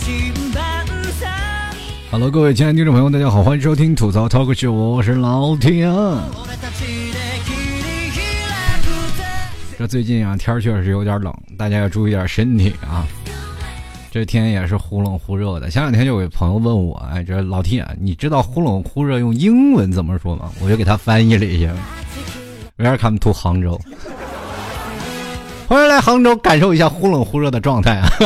Hello， 各位亲爱的听众朋友，大家好，欢迎收听吐槽 Talk Show， 我是老铁。这最近啊，天确实有点冷，大家要注意点身体啊。这天也是忽冷忽热的。前两天就有朋友问我，哎，这老铁，你知道忽冷忽热用英文怎么说吗？我就给他翻译了一下。Welcome to 杭州，欢迎来杭州感受一下忽冷忽热的状态啊。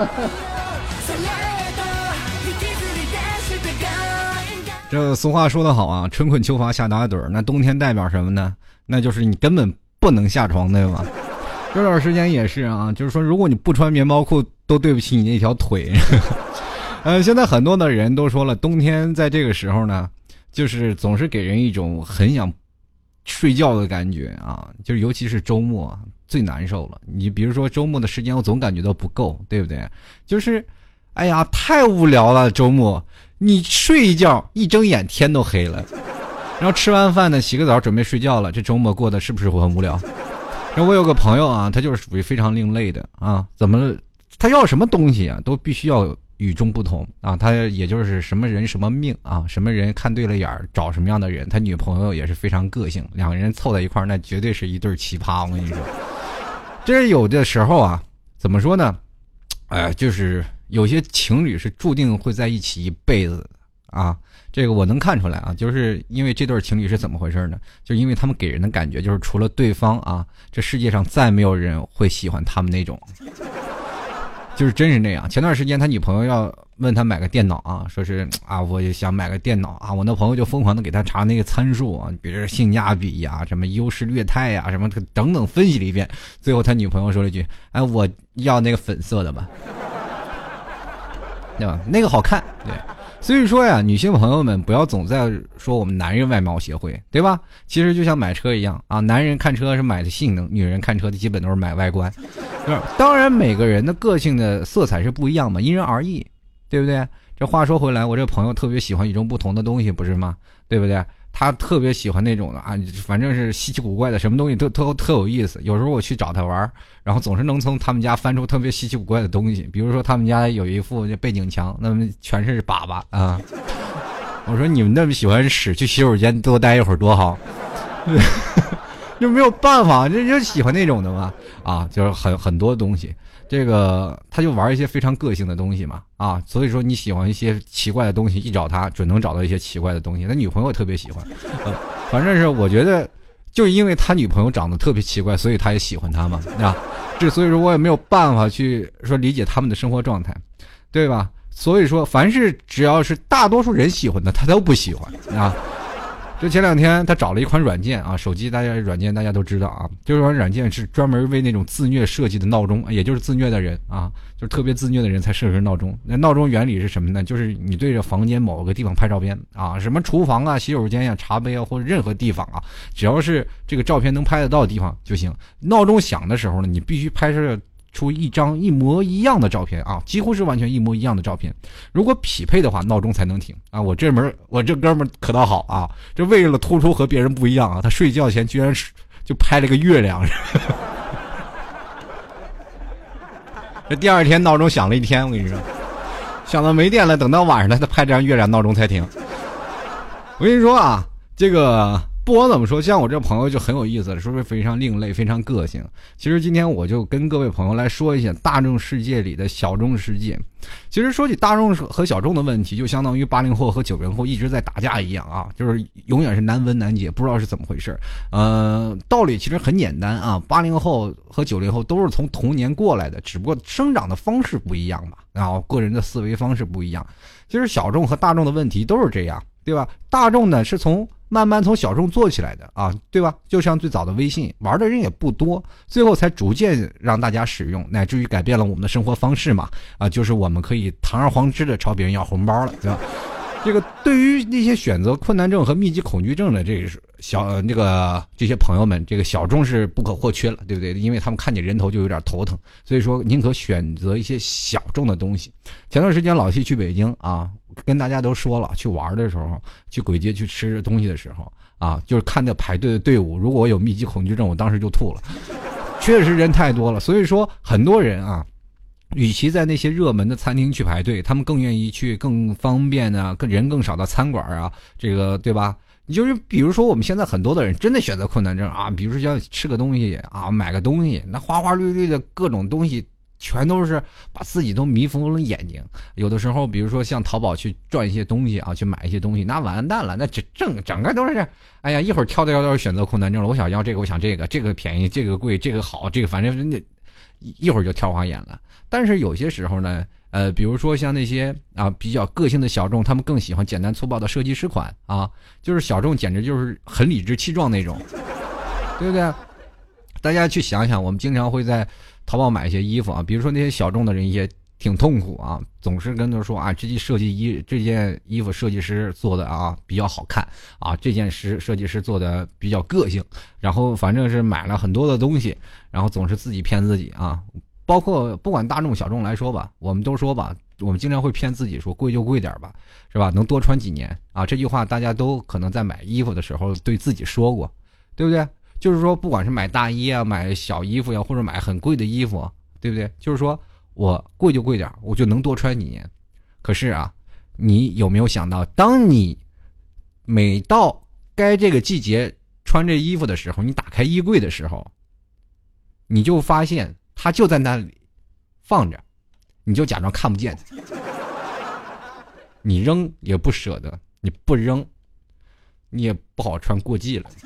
这俗话说得好啊，春困秋乏夏打盹，那冬天代表什么呢？那就是你根本不能下床，对吧？这段时间也是啊，就是说如果你不穿棉毛裤都对不起你那条腿。现在很多的人都说了，冬天在这个时候呢，就是总是给人一种很想睡觉的感觉啊，就是尤其是周末最难受了。你比如说周末的时间我总感觉到不够，对不对？就是哎呀太无聊了，周末你睡一觉一睁眼天都黑了，然后吃完饭呢洗个澡准备睡觉了，这周末过得是不是很无聊？然后我有个朋友啊，他就是属于非常另类的啊，怎么他要什么东西啊都必须要与众不同啊，他也就是什么人什么命啊，什么人看对了眼儿找什么样的人。他女朋友也是非常个性，两个人凑在一块儿那绝对是一对奇葩。我跟你说，这有的时候啊怎么说呢，就是有些情侣是注定会在一起一辈子啊，这个我能看出来啊，就是因为这对情侣是怎么回事呢？就是因为他们给人的感觉就是除了对方啊，这世界上再没有人会喜欢他们那种。就是真是那样。前段时间他女朋友要问他买个电脑啊，说是啊我也想买个电脑啊，我那朋友就疯狂的给他查那个参数啊，比如性价比呀、什么优势劣汰呀、什么等等分析了一遍，最后他女朋友说了一句，哎，我要那个粉色的吧。对吧？那个好看，对。所以说呀，女性朋友们不要总在说我们男人外貌协会，对吧？其实就像买车一样啊，男人看车是买的性能，女人看车的基本都是买外观。当然每个人的个性的色彩是不一样嘛，因人而异，对不对？这话说回来，我这朋友特别喜欢与众不同的东西，不是吗？对不对？他特别喜欢那种的啊，反正是稀奇古怪的，什么东西都特有意思。有时候我去找他玩，然后总是能从他们家翻出特别稀奇古怪的东西。比如说他们家有一副背景墙，那么全是粑粑啊。我说你们那么喜欢屎，去洗手间多待一会儿多好。就没有办法，这就喜欢那种的嘛啊，就是很多东西。这个他就玩一些非常个性的东西嘛啊，所以说你喜欢一些奇怪的东西，一找他准能找到一些奇怪的东西。他女朋友特别喜欢，反正是我觉得就是因为他女朋友长得特别奇怪，所以他也喜欢他嘛啊。这所以说我也没有办法去说理解他们的生活状态，对吧？所以说凡是只要是大多数人喜欢的，他都不喜欢啊。这前两天他找了一款软件啊，手机软件大家都知道啊，这款软件是专门为那种自虐设计的闹钟，也就是自虐的人啊，就是特别自虐的人才设置闹钟。那闹钟原理是什么呢？就是你对着房间某个地方拍照片啊，什么厨房啊、洗手间呀、茶杯啊，或者任何地方啊，只要是这个照片能拍得到的地方就行。闹钟响的时候呢，你必须拍摄出一张一模一样的照片啊，几乎是完全一模一样的照片。如果匹配的话，闹钟才能停啊。我这哥们可倒好啊，这为了突出和别人不一样啊，他睡觉前居然就拍了个月亮。这第二天闹钟响了一天，我跟你说，响到没电了，等到晚上他拍这张月亮闹钟才停。我跟你说啊，这个不管怎么说，像我这朋友就很有意思了，说是非常另类非常个性。其实今天我就跟各位朋友来说一下大众世界里的小众世界。其实说起大众和小众的问题，就相当于80后和90后一直在打架一样啊，就是永远是难分难解，不知道是怎么回事。道理其实很简单啊，80后和90后都是从童年过来的，只不过生长的方式不一样吧，然后个人的思维方式不一样。其实小众和大众的问题都是这样，对吧？大众呢是慢慢从小众做起来的啊，对吧？就像最早的微信，玩的人也不多，最后才逐渐让大家使用，乃至于改变了我们的生活方式嘛。啊，就是我们可以堂而皇之的朝别人要红包了，对吧？这个对于那些选择困难症和密集恐惧症的这个这些朋友们，这个小众是不可或缺了，对不对？因为他们看见人头就有点头疼，所以说宁可选择一些小众的东西。前段时间老七去北京啊，跟大家都说了，去玩的时候，去簋街去吃东西的时候啊，就是看那排队的队伍，如果我有密集恐惧症，我当时就吐了，确实人太多了。所以说很多人啊， 与其在那些热门的餐厅去排队，他们更愿意去更方便啊、人更少的餐馆啊，这个对吧？你就是比如说我们现在很多的人真的选择困难症啊，比如说要吃个东西啊，买个东西，那花花绿绿的各种东西，全都是把自己都迷疯了眼睛。有的时候，比如说像淘宝去赚一些东西啊，去买一些东西，那完蛋了，那整个都是，哎呀，一会儿挑选择困难症了。我想要这个，我想这个便宜，这个贵，这个好，这个反正一会儿就挑花眼了。但是有些时候呢，比如说像那些啊比较个性的小众，他们更喜欢简单粗暴的设计师款啊，就是小众简直就是很理直气壮那种，对不对？大家去想想，我们经常会在淘宝买一些衣服啊，比如说那些小众的人也挺痛苦啊，总是跟他说啊，这件衣服设计师做的啊比较好看啊，这件设计师做的比较个性，然后反正是买了很多的东西，然后总是自己骗自己啊。包括不管大众小众来说吧，我们都说吧，我们经常会骗自己说贵就贵点吧，是吧？能多穿几年啊？这句话大家都可能在买衣服的时候对自己说过，对不对？就是说，不管是买大衣啊、买小衣服呀，或者买很贵的衣服，对不对？就是说我贵就贵点，我就能多穿几年。可是啊，你有没有想到，当你每到该这个季节穿这衣服的时候，你打开衣柜的时候，你就发现它就在那里放着，你就假装看不见。你扔也不舍得，你不扔，你也不好穿过季了。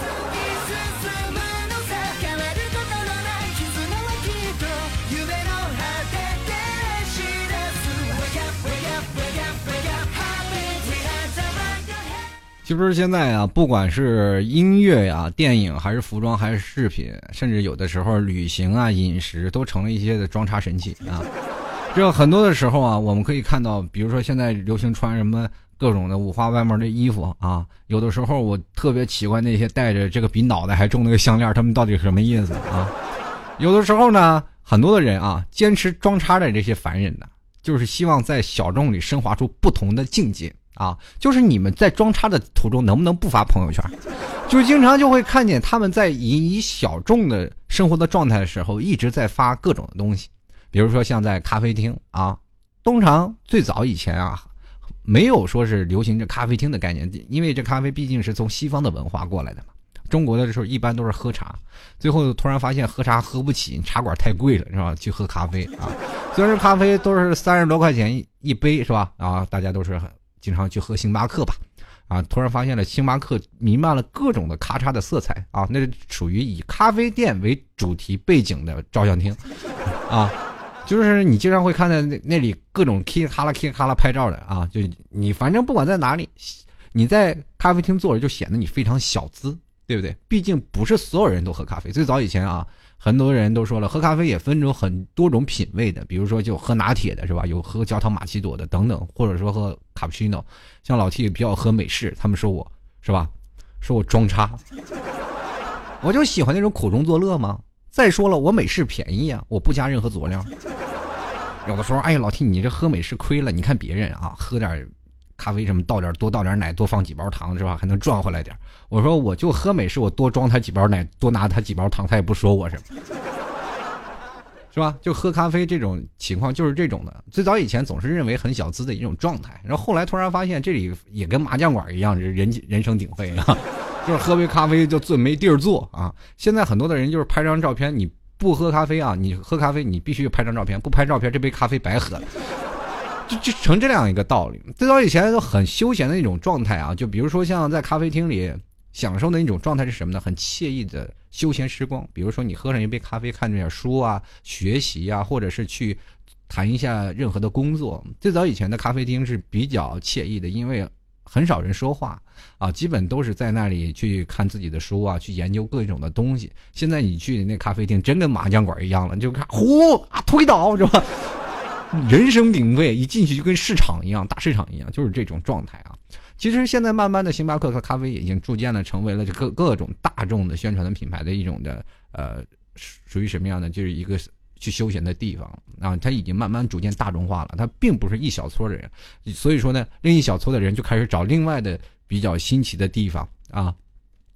其实现在啊，不管是音乐呀、电影，还是服装，还是饰品，甚至有的时候旅行啊、饮食，都成了一些的装叉神器啊。这很多的时候啊，我们可以看到，比如说现在流行穿什么各种的五花八门的衣服啊，有的时候我特别奇怪那些戴着这个比脑袋还重的个项链，他们到底是什么意思啊？有的时候呢，很多的人啊，坚持装叉的这些凡人呢，就是希望在小众里升华出不同的境界。啊，就是你们在装叉的途中能不能不发朋友圈？就是经常就会看见他们在以小众的生活的状态的时候，一直在发各种的东西。比如说像在咖啡厅啊，通常最早以前啊，没有说是流行这咖啡厅的概念，因为这咖啡毕竟是从西方的文化过来的嘛。中国的时候一般都是喝茶，最后突然发现喝茶喝不起，茶馆太贵了，是吧？去喝咖啡啊，虽然咖啡都是30多块钱一杯，是吧？啊，大家都是经常去喝星巴克吧，啊，突然发现了星巴克弥漫了各种的咔嚓的色彩啊，那是属于以咖啡店为主题背景的照相厅，啊，就是你经常会看到那里各种 K 哈拉拍照的啊，就你反正不管在哪里，你在咖啡厅坐着就显得你非常小资，对不对？毕竟不是所有人都喝咖啡。最早以前啊，很多人都说了，喝咖啡也分成很多种品味的，比如说就喝拿铁的是吧？有喝焦糖玛奇朵的等等，或者说喝卡布奇诺。像老 T 比较喝美式，他们说我是吧？说我装叉，我就喜欢那种苦中作乐嘛。再说了，我美式便宜啊，我不加任何佐料。有的时候，哎呀，老 T 你这喝美式亏了，你看别人啊，喝点咖啡什么多倒点奶，多放几包糖是吧？还能赚回来点。我说我就喝美式，我多装他几包奶，多拿他几包糖，他也不说我什么，是吧？就喝咖啡这种情况就是这种的。最早以前总是认为很小资的一种状态，然后后来突然发现这里也跟麻将馆一样，人声鼎沸啊，就是喝杯咖啡就坐没地儿坐啊。现在很多的人就是拍张照片，你不喝咖啡啊，你喝咖啡你必须拍张照片，不拍照片这杯咖啡白喝了。就成这样一个道理。最早以前都很休闲的那种状态啊，就比如说像在咖啡厅里享受的那种状态是什么呢？很惬意的休闲时光。比如说你喝上一杯咖啡，看点书啊，学习啊，或者是去谈一下任何的工作。最早以前的咖啡厅是比较惬意的，因为很少人说话啊，基本都是在那里去看自己的书啊，去研究各种的东西。现在你去那咖啡厅真跟麻将馆一样了，你就看呼啊推倒是吧？人声鼎沸，一进去就跟市场一样，大市场一样，就是这种状态啊。其实现在慢慢的，星巴克和咖啡已经逐渐的成为了各种大众的宣传的品牌的一种的属于什么样的，就是一个去休闲的地方啊。它已经慢慢逐渐大众化了，它并不是一小撮的人，所以说呢，另一小撮的人就开始找另外的比较新奇的地方啊，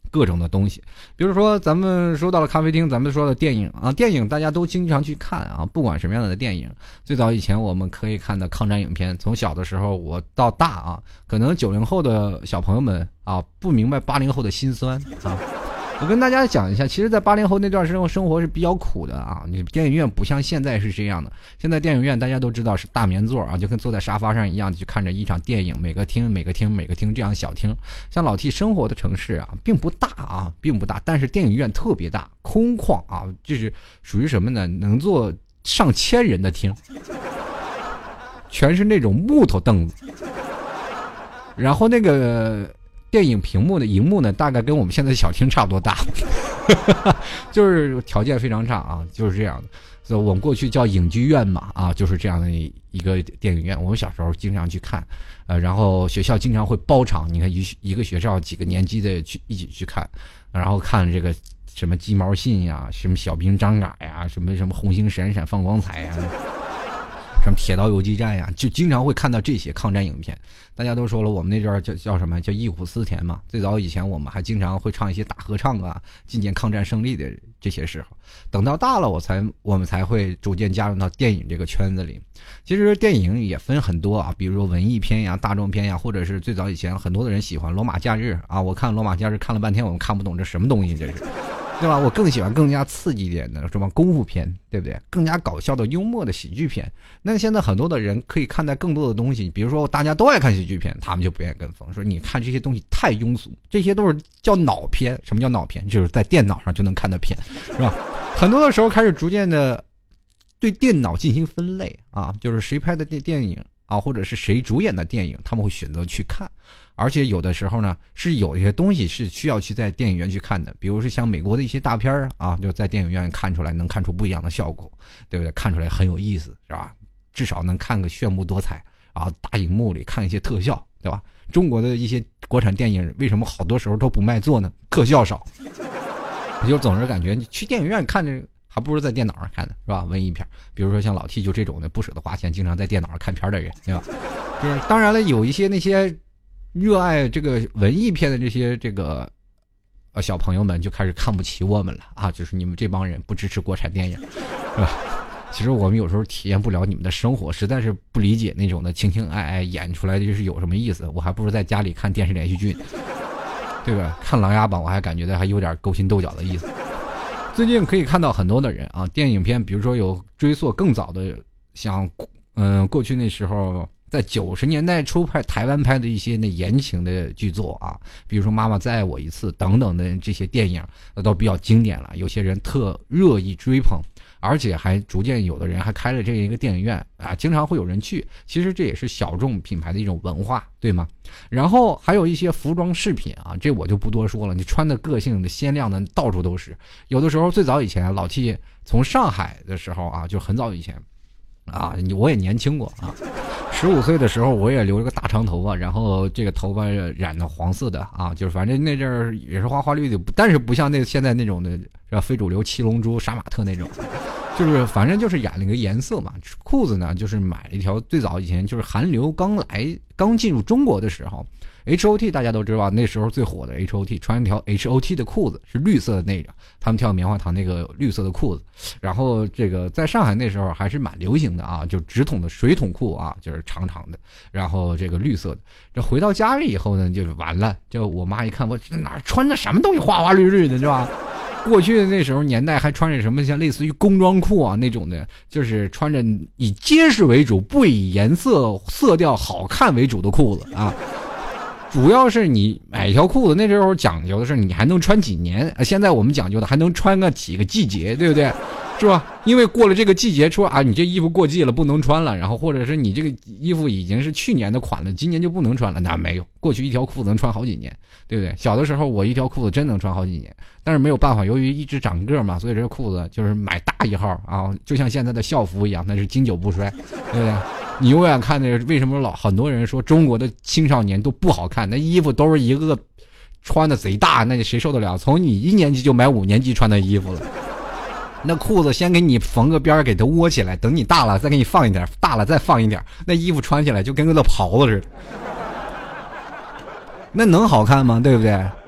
各种的东西。比如说咱们说到了咖啡厅，咱们说的电影啊，电影大家都经常去看啊，不管什么样的电影。最早以前我们可以看的抗战影片，从小的时候我到大啊，可能90后的小朋友们啊不明白80后的辛酸啊。我跟大家讲一下，其实在80后那段生活是比较苦的啊。你电影院不像现在是这样的，现在电影院大家都知道是大棉座啊，就跟坐在沙发上一样，去看着一场电影，每个厅这样小厅。像老 T 生活的城市啊，并不大啊，并不大，但是电影院特别大，空旷啊，就是属于什么呢？能坐上千人的厅，全是那种木头凳子，然后那个电影屏幕的荧幕呢，大概跟我们现在小厅差不多大，就是条件非常差啊，就是这样的。所以我们过去叫影剧院嘛，啊，就是这样的一个电影院。我们小时候经常去看，然后学校经常会包场，你看一个学校几个年级的一起去看，然后看这个什么鸡毛信呀，什么小兵张嘎呀，什么红星闪闪放光彩呀。什么铁道游击战呀，就经常会看到这些抗战影片。大家都说了，我们那阵儿叫什么？叫忆苦思甜嘛。最早以前我们还经常会唱一些大合唱啊，纪念抗战胜利的这些时候。等到大了，我们才会逐渐加入到电影这个圈子里。其实电影也分很多啊，比如说文艺片呀、大众片呀，或者是最早以前很多的人喜欢《罗马假日》啊。我看《罗马假日》看了半天，我们看不懂这什么东西，这是。对吧？我更喜欢更加刺激一点的什么功夫片，对不对？更加搞笑的幽默的喜剧片。那现在很多的人可以看待更多的东西，比如说大家都爱看喜剧片，他们就不愿意跟风，说你看这些东西太庸俗，这些都是叫脑片。什么叫脑片？就是在电脑上就能看的片，是吧？很多的时候开始逐渐的对电脑进行分类啊，就是谁拍的电影啊，或者是谁主演的电影，他们会选择去看。而且有的时候呢，是有一些东西是需要去在电影院去看的，比如是像美国的一些大片啊，就在电影院看出来，能看出不一样的效果，对不对？看出来很有意思，是吧？至少能看个炫目多彩啊，大荧幕里看一些特效，对吧？中国的一些国产电影为什么好多时候都不卖座呢？特效少，我就总是感觉你去电影院看这个，还不如在电脑上看的，是吧？文艺片，比如说像老 T 就这种的不舍得花钱，经常在电脑上看片的人，对吧？就是当然了，有一些那些热爱这个文艺片的这个小朋友们就开始看不起我们了啊！就是你们这帮人不支持国产电影，是吧？其实我们有时候体验不了你们的生活，实在是不理解那种的情情爱爱演出来的就是有什么意思？我还不如在家里看电视连续剧，对吧？看《琅琊榜》我还感觉到还有点勾心斗角的意思。最近可以看到很多的人啊，电影片，比如说有追溯更早的，像过去那时候。在90年代初台湾拍的一些那言情的剧作啊，比如说《妈妈再爱我一次》等等的这些电影，都比较经典了。有些人特热议追捧，而且还逐渐有的人还开了这一个电影院啊，经常会有人去。其实这也是小众品牌的一种文化，对吗？然后还有一些服装饰品啊，这我就不多说了。你穿的个性的鲜亮的到处都是。有的时候最早以前老 T 从上海的时候啊，就很早以前啊，我也年轻过啊。15岁的时候，我也留了个大长头发，然后这个头发染的黄色的啊，就是反正那阵儿也是花花绿的，但是不像现在那种的，非主流七龙珠、杀马特那种，就是反正就是染了一个颜色嘛。裤子呢，就是买了一条，最早以前就是韩流刚进入中国的时候 ，HOT 大家都知道，那时候最火的 HOT 穿一条 HOT 的裤子，是绿色的那个，他们跳棉花糖那个绿色的裤子。然后这个在上海那时候还是蛮流行的啊，就直筒的水桶裤啊，就是长长的，然后这个绿色的。这回到家里以后呢，就是完了，就我妈一看，我哪穿的什么东西花花绿绿的，是吧？过去的那时候年代还穿着什么像类似于工装裤啊那种的，就是穿着以结实为主，不以颜色色调好看为主的裤子啊。主要是你买一条裤子，那时候讲究的是你还能穿几年，现在我们讲究的还能穿个几个季节，对不对？是吧？因为过了这个季节说啊，你这衣服过季了不能穿了，然后或者是你这个衣服已经是去年的款了，今年就不能穿了。那没有，过去一条裤子能穿好几年，对不对？小的时候我一条裤子真能穿好几年，但是没有办法，由于一直长个嘛，所以这个裤子就是买大一号啊，就像现在的校服一样，那是经久不衰，对不对？你永远看那为什么很多人说中国的青少年都不好看，那衣服都是一个穿的贼大，那谁受得了？从你1年级就买5年级穿的衣服了。那裤子先给你缝个边给它窝起来，等你大了再给你放一点，大了再放一点，那衣服穿起来就跟个袍子似的，那能好看吗？对不对？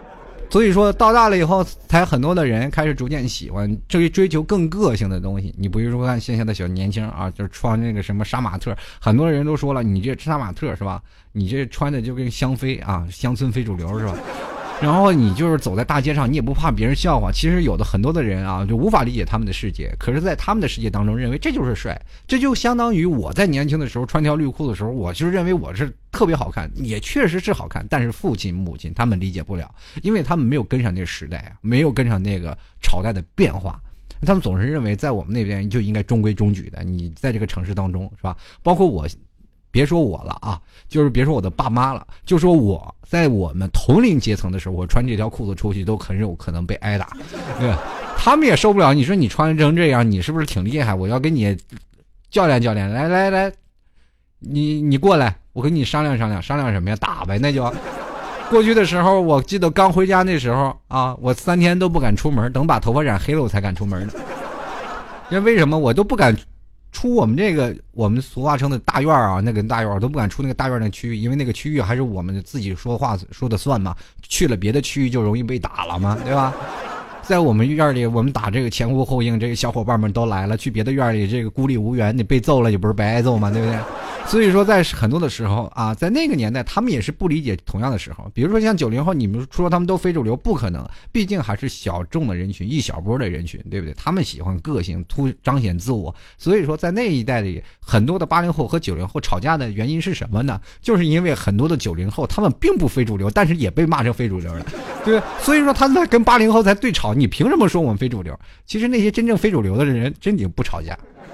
所以说到大了以后，才很多的人开始逐渐喜欢追求更个性的东西。你比如说看现在的小年轻啊，就是穿那个什么杀马特，很多人都说了，你这杀马特是吧？你这穿的就跟香妃啊，乡村非主流是吧？然后你就是走在大街上，你也不怕别人笑话。其实有的很多的人啊，就无法理解他们的世界，可是在他们的世界当中认为这就是帅。这就相当于我在年轻的时候穿条绿裤的时候，我就认为我是特别好看，也确实是好看，但是父亲母亲他们理解不了，因为他们没有跟上那个时代啊，没有跟上那个朝代的变化，他们总是认为在我们那边就应该中规中矩的，你在这个城市当中是吧？包括我，别说我了啊，就是别说我的爸妈了，就说我在我们同龄阶层的时候，我穿这条裤子出去都很有可能被挨打，对吧？他们也受不了。你说你穿成这样，你是不是挺厉害？我要跟你较量较量，来，你过来，我跟你商量商量，商量什么呀？打呗，那就。过去的时候，我记得刚回家那时候啊，我3天都不敢出门，等把头发染黑了我才敢出门呢。因为什么？我都不敢出我们这个我们俗话称的大院啊，那个大院我都不敢出那个大院那区域，因为那个区域还是我们自己说话说的算嘛，去了别的区域就容易被打了嘛，对吧？在我们院里，我们打这个前呼后应，这个小伙伴们都来了，去别的院里这个孤立无援，你被揍了也不是白挨揍嘛，对不对？所以说在很多的时候啊，在那个年代他们也是不理解同样的时候。比如说像90后，你们说他们都非主流，不可能，毕竟还是小众的人群，一小波的人群，对不对？他们喜欢个性，彰显自我。所以说在那一代里，很多的80后和90后吵架的原因是什么呢？就是因为很多的90后他们并不非主流，但是也被骂成非主流了，对吧？所以说他们在跟80后在对吵，你凭什么说我们非主流？其实那些真正非主流的人真的不吵架。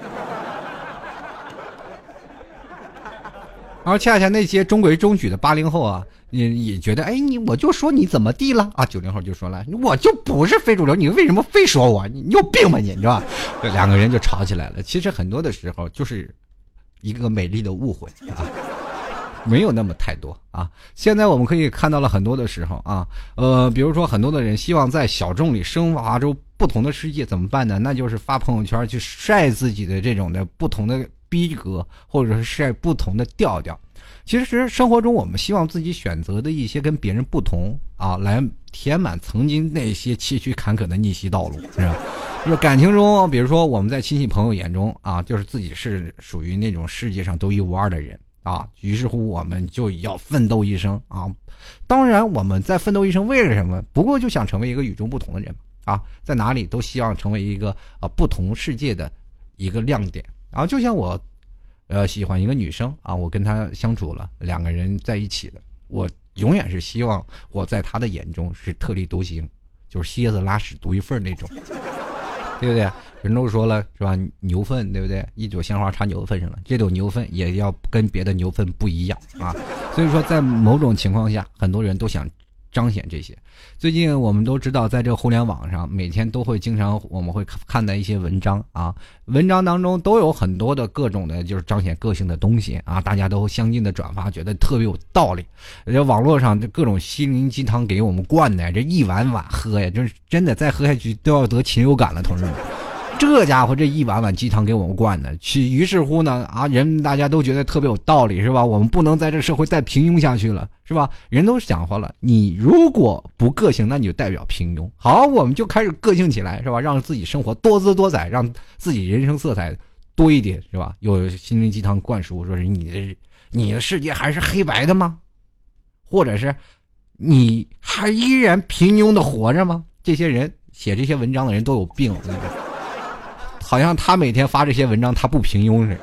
然后恰恰那些中规中矩的80后啊，也觉得，哎，我就说你怎么地了啊？90后就说了，我就不是非主流，你为什么非说我？你有病吧你，知道吧？这2个人就吵起来了。其实很多的时候就是一个美丽的误会啊，没有那么太多啊。现在我们可以看到了很多的时候啊，比如说很多的人希望在小众里升华出不同的世界，怎么办呢？那就是发朋友圈去晒自己的这种的不同的逼格，或者是晒不同的调调。其实生活中我们希望自己选择的一些跟别人不同啊，来填满曾经那些崎岖坎坷的逆袭道路，是吧？就是感情中，比如说我们在亲戚朋友眼中啊，就是自己是属于那种世界上独一无二的人啊，于是乎我们就要奋斗一生啊。当然我们在奋斗一生为了什么？不过就想成为一个与众不同的人啊，在哪里都希望成为一个不同世界的一个亮点。然后就像我喜欢一个女生啊，我跟她相处了，2个人在一起了，我永远是希望我在她的眼中是特立独行，就是蝎子拉屎独一份那种，对不对？人都说了是吧？牛粪对不对？一朵鲜花插牛粪上了，这朵牛粪也要跟别的牛粪不一样啊。所以说在某种情况下，很多人都想彰显这些。最近我们都知道，在这个互联网上，每天都会经常我们会看到一些文章啊，文章当中都有很多的各种的就是彰显个性的东西啊，大家都相继的转发，觉得特别有道理。这网络上各种心灵鸡汤给我们灌的，这一碗碗喝呀，就是真的再喝下去都要得禽流感了，同志们。这家伙这一碗碗鸡汤给我们灌的，于是乎呢啊，大家都觉得特别有道理，是吧？我们不能在这社会再平庸下去了，是吧？人都想好了，你如果不个性，那你就代表平庸。好，我们就开始个性起来，是吧？让自己生活多姿多彩，让自己人生色彩多一点，是吧？有心灵鸡汤灌输，说是你的世界还是黑白的吗？或者是你还依然平庸的活着吗？这些人写这些文章的人都有病。好像他每天发这些文章他不平庸似的，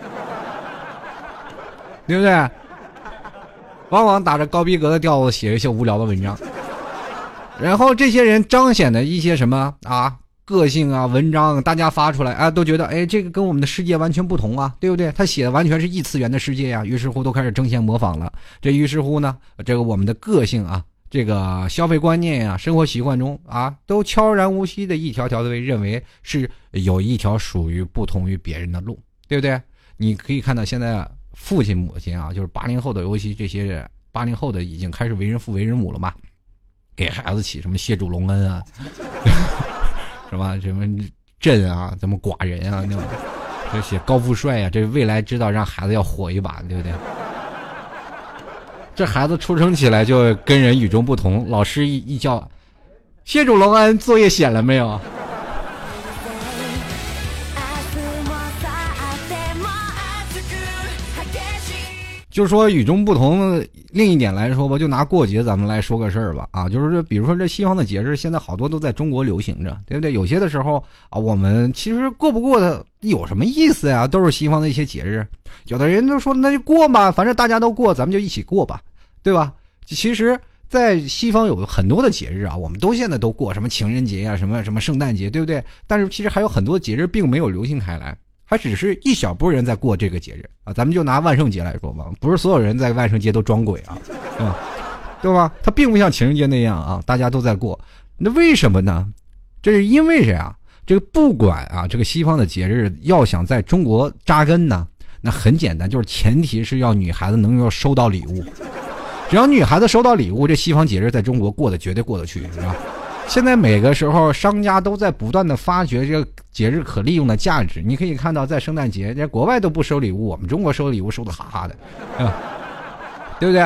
对不对？往往打着高逼格的调子写一些无聊的文章，然后这些人彰显的一些什么啊个性啊文章，大家发出来啊都觉得哎这个跟我们的世界完全不同啊，对不对？他写的完全是异次元的世界呀，于是乎都开始争先模仿了。这于是乎呢，这个我们的个性啊，这个消费观念啊，生活习惯中啊，都悄然无息的一条条的认为是有一条属于不同于别人的路，对不对？你可以看到现在父亲母亲啊，就是80后的，尤其这些80后的已经开始为人父为人母了嘛，给孩子起什么谢主隆恩啊，什么朕啊，怎么寡人啊，那种这写高富帅啊，这未来知道让孩子要火一把，对不对？这孩子出生起来就跟人与众不同，老师一叫谢主隆恩，作业写了没有？就说与众不同，另一点来说吧，就拿过节咱们来说个事儿吧啊，就是说，比如说这西方的节日，现在好多都在中国流行着，对不对？有些的时候啊，我们其实过不过的有什么意思呀？都是西方的一些节日，有的人都说那就过吧，反正大家都过，咱们就一起过吧，对吧？其实，在西方有很多的节日啊，我们都现在都过，什么情人节呀，什么圣诞节，对不对？但是其实还有很多节日并没有流行开来。还只是一小波人在过这个节日啊，咱们就拿万圣节来说吧，不是所有人在万圣节都装鬼啊，对吧？它并不像情人节那样啊，大家都在过。那为什么呢？这是因为谁啊？这个不管啊，这个西方的节日要想在中国扎根呢，那很简单，就是前提是要女孩子能够收到礼物。只要女孩子收到礼物，这西方节日在中国过得绝对过得去，是吧？现在每个时候商家都在不断的发掘这个节日可利用的价值。你可以看到在圣诞节在国外都不收礼物，我们中国收礼物收的哈哈的，对不对？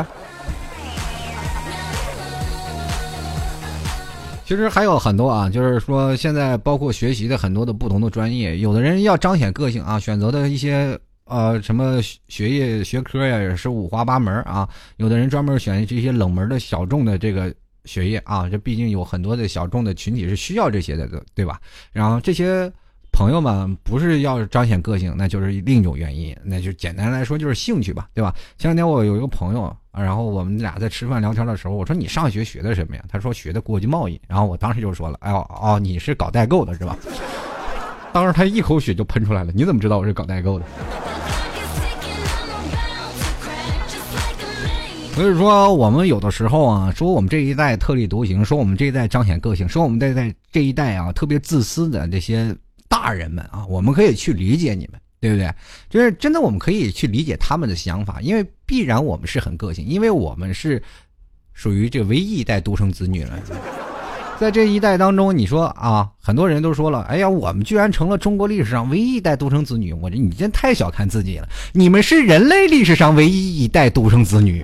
其实还有很多啊，就是说现在包括学习的很多的不同的专业，有的人要彰显个性啊，选择的一些什么学业学科呀也是五花八门啊，有的人专门选这些冷门的小众的这个学业啊，这毕竟有很多的小众的群体是需要这些的，对吧？然后这些朋友们不是要彰显个性，那就是另一种原因，那就简单来说就是兴趣吧，对吧？前两天我有一个朋友，然后我们俩在吃饭聊天的时候，我说你上学学的什么呀？他说学的国际贸易，然后我当时就说了，你是搞代购的是吧？当时他一口血就喷出来了，你怎么知道我是搞代购的？所以说我们有的时候啊，说我们这一代特立独行，说我们这一代彰显个性，说我们这一代啊特别自私的这些大人们啊，我们可以去理解你们，对不对？就是真的我们可以去理解他们的想法，因为必然我们是很个性，因为我们是属于这唯一一代独生子女了。在这一代当中，你说啊，很多人都说了，哎呀，我们居然成了中国历史上唯一一代独生子女，你真太小看自己了，你们是人类历史上唯一一代独生子女。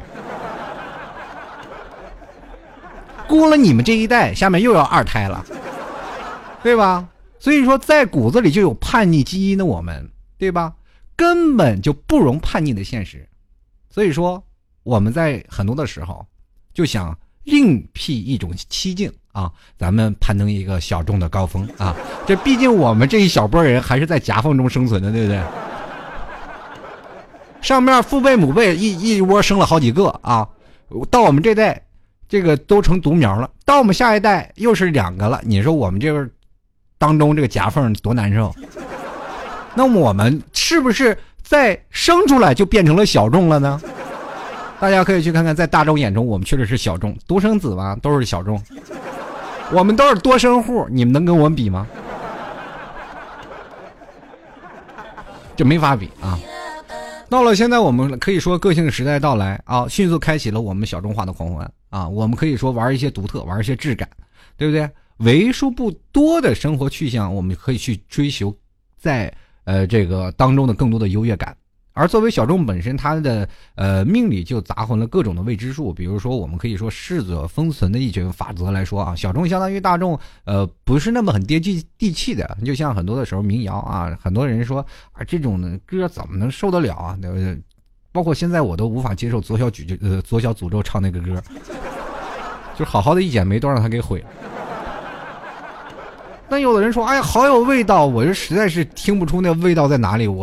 过了你们这一代，下面又要二胎了，对吧？所以说在骨子里就有叛逆基因的我们，对吧？根本就不容叛逆的现实。所以说我们在很多的时候就想另辟一种蹊径啊，咱们攀登一个小众的高峰啊，这毕竟我们这一小波人还是在夹缝中生存的，对不对？上面父辈母辈一窝生了好几个啊，到我们这代这个都成独苗了，到我们下一代又是2个了，你说我们这个当中这个夹缝多难受？那么我们是不是在生出来就变成了小众了呢？大家可以去看看，在大众眼中我们确实是小众，独生子嘛都是小众，我们都是多生户，你们能跟我们比吗？这没法比啊。到了现在，我们可以说个性时代到来啊，迅速开启了我们小众化的狂欢啊！我们可以说玩一些独特，玩一些质感，对不对？为数不多的生活去向，我们可以去追求在这个当中的更多的优越感。而作为小众本身，它的命里就杂混了各种的未知数。比如说，我们可以说适者生存的一种法则来说啊，小众相当于大众，不是那么很接地气的。就像很多的时候民谣啊，很多人说啊，这种的歌怎么能受得了啊？包括现在我都无法接受左小诅咒唱那个歌，就好好的一剪梅都让他给毁了。但有的人说，哎呀，好有味道，我这实在是听不出那味道在哪里。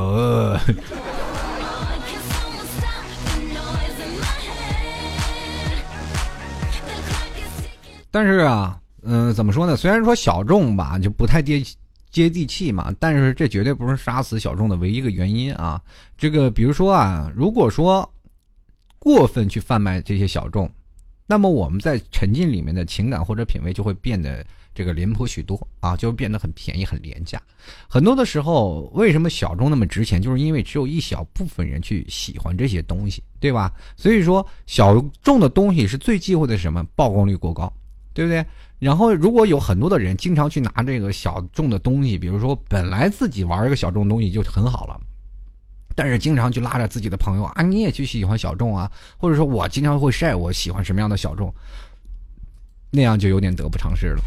但是啊，怎么说呢？虽然说小众吧，就不太接地气嘛，但是这绝对不是杀死小众的唯一一个原因啊。这个比如说啊，如果说过分去贩卖这些小众，那么我们在沉浸里面的情感或者品味就会变得这个廉颇许多啊，就变得很便宜很廉价。很多的时候为什么小众那么值钱，就是因为只有一小部分人去喜欢这些东西，对吧？所以说小众的东西是最忌讳的什么？曝光率过高，对不对？然后如果有很多的人经常去拿这个小众的东西，比如说本来自己玩一个小众东西就很好了，但是经常去拉着自己的朋友啊，你也去喜欢小众啊，或者说我经常会晒我喜欢什么样的小众， 那样就有点得不偿失了。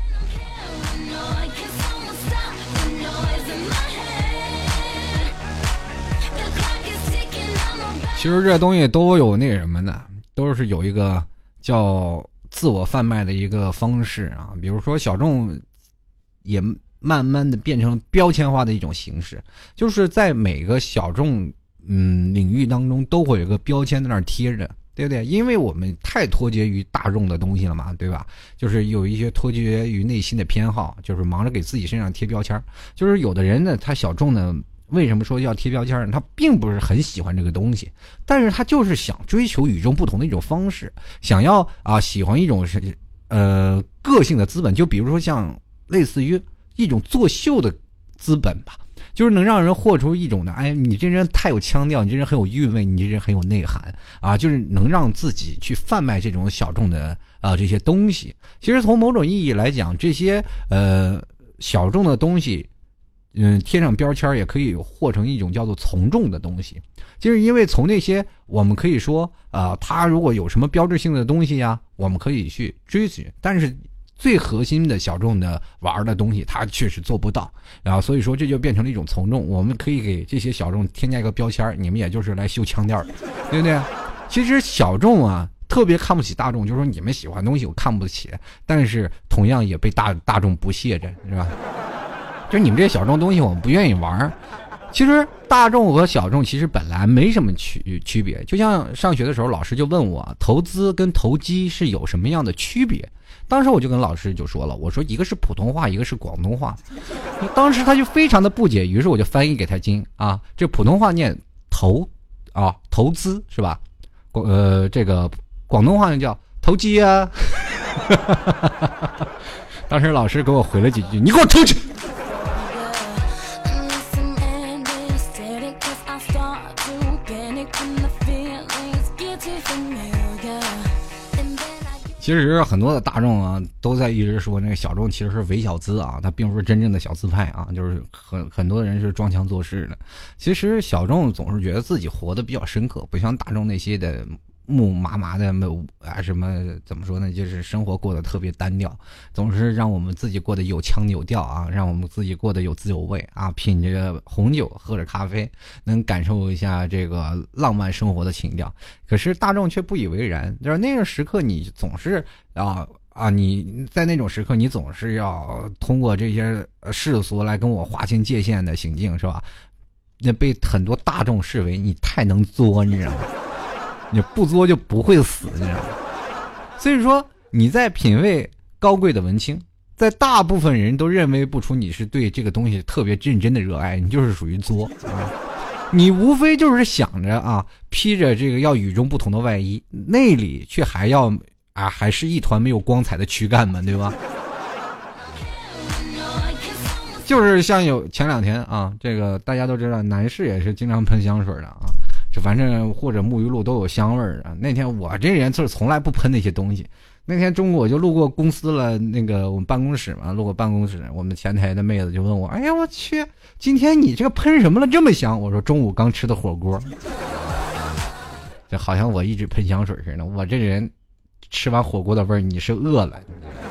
其实这东西都有那什么的，都是有一个叫自我贩卖的一个方式啊。比如说小众也慢慢的变成了标签化的一种形式，就是在每个小众领域当中都会有一个标签在那儿贴着，对不对？因为我们太脱节于大众的东西了嘛，对吧？就是有一些脱节于内心的偏好，就是忙着给自己身上贴标签。就是有的人呢，他小众呢，为什么说要贴标签呢？他并不是很喜欢这个东西，但是他就是想追求与众不同的一种方式，想要喜欢一种个性的资本，就比如说像类似于一种作秀的资本吧。就是能让人获出一种的，哎，你这人太有腔调，你这人很有韵味，你这人很有内涵啊，就是能让自己去贩卖这种小众的这些东西。其实从某种意义来讲，这些小众的东西，贴上标签也可以获成一种叫做从众的东西。就是因为从那些我们可以说他如果有什么标志性的东西呀，我们可以去追寻，但是最核心的小众的玩的东西他确实做不到，然后所以说这就变成了一种从众。我们可以给这些小众添加一个标签，你们也就是来秀腔调的，对不对？其实小众特别看不起大众，就是说你们喜欢的东西我看不起，但是同样也被大众不屑着，是吧？就是你们这些小众东西我们不愿意玩。其实大众和小众其实本来没什么区别，就像上学的时候老师就问我投资跟投机是有什么样的区别，当时我就跟老师就说了，我说一个是普通话，一个是广东话。当时他就非常的不解，于是我就翻译给他听这普通话念投资是吧？这个广东话就叫投机啊。当时老师给我回了几句，你给我出去。其实很多的大众都在一直说那个小众其实是伪小资他并不是真正的小资派就是很多人是装腔作势的。其实小众总是觉得自己活得比较深刻，不像大众那些的木麻麻的什么怎么说呢，就是生活过得特别单调，总是让我们自己过得有腔有调让我们自己过得有滋有味品着红酒喝着咖啡，能感受一下这个浪漫生活的情调。可是大众却不以为然，就是那个时刻你总是你在那种时刻你总是要通过这些世俗来跟我划清界限的行径，是吧？那被很多大众视为你太能作，你知道吗？你不作就不会死，你知道吗？所以说你在品味高贵的文青，在大部分人都认为不出你是对这个东西特别认真的热爱，你就是属于作你无非就是想着披着这个要与众不同的外衣，内里却还要还是一团没有光彩的躯干嘛，对吧？就是像有前两天这个大家都知道，男士也是经常喷香水的反正或者沐浴露都有香味儿那天我这人就是从来不喷那些东西。那天中午我就路过公司了，那个我们办公室嘛，路过办公室，我们前台的妹子就问我，哎呀我去，今天你这个喷什么了这么香？我说中午刚吃的火锅。这好像我一直喷香水似的，我这人吃完火锅的味儿，你是饿了。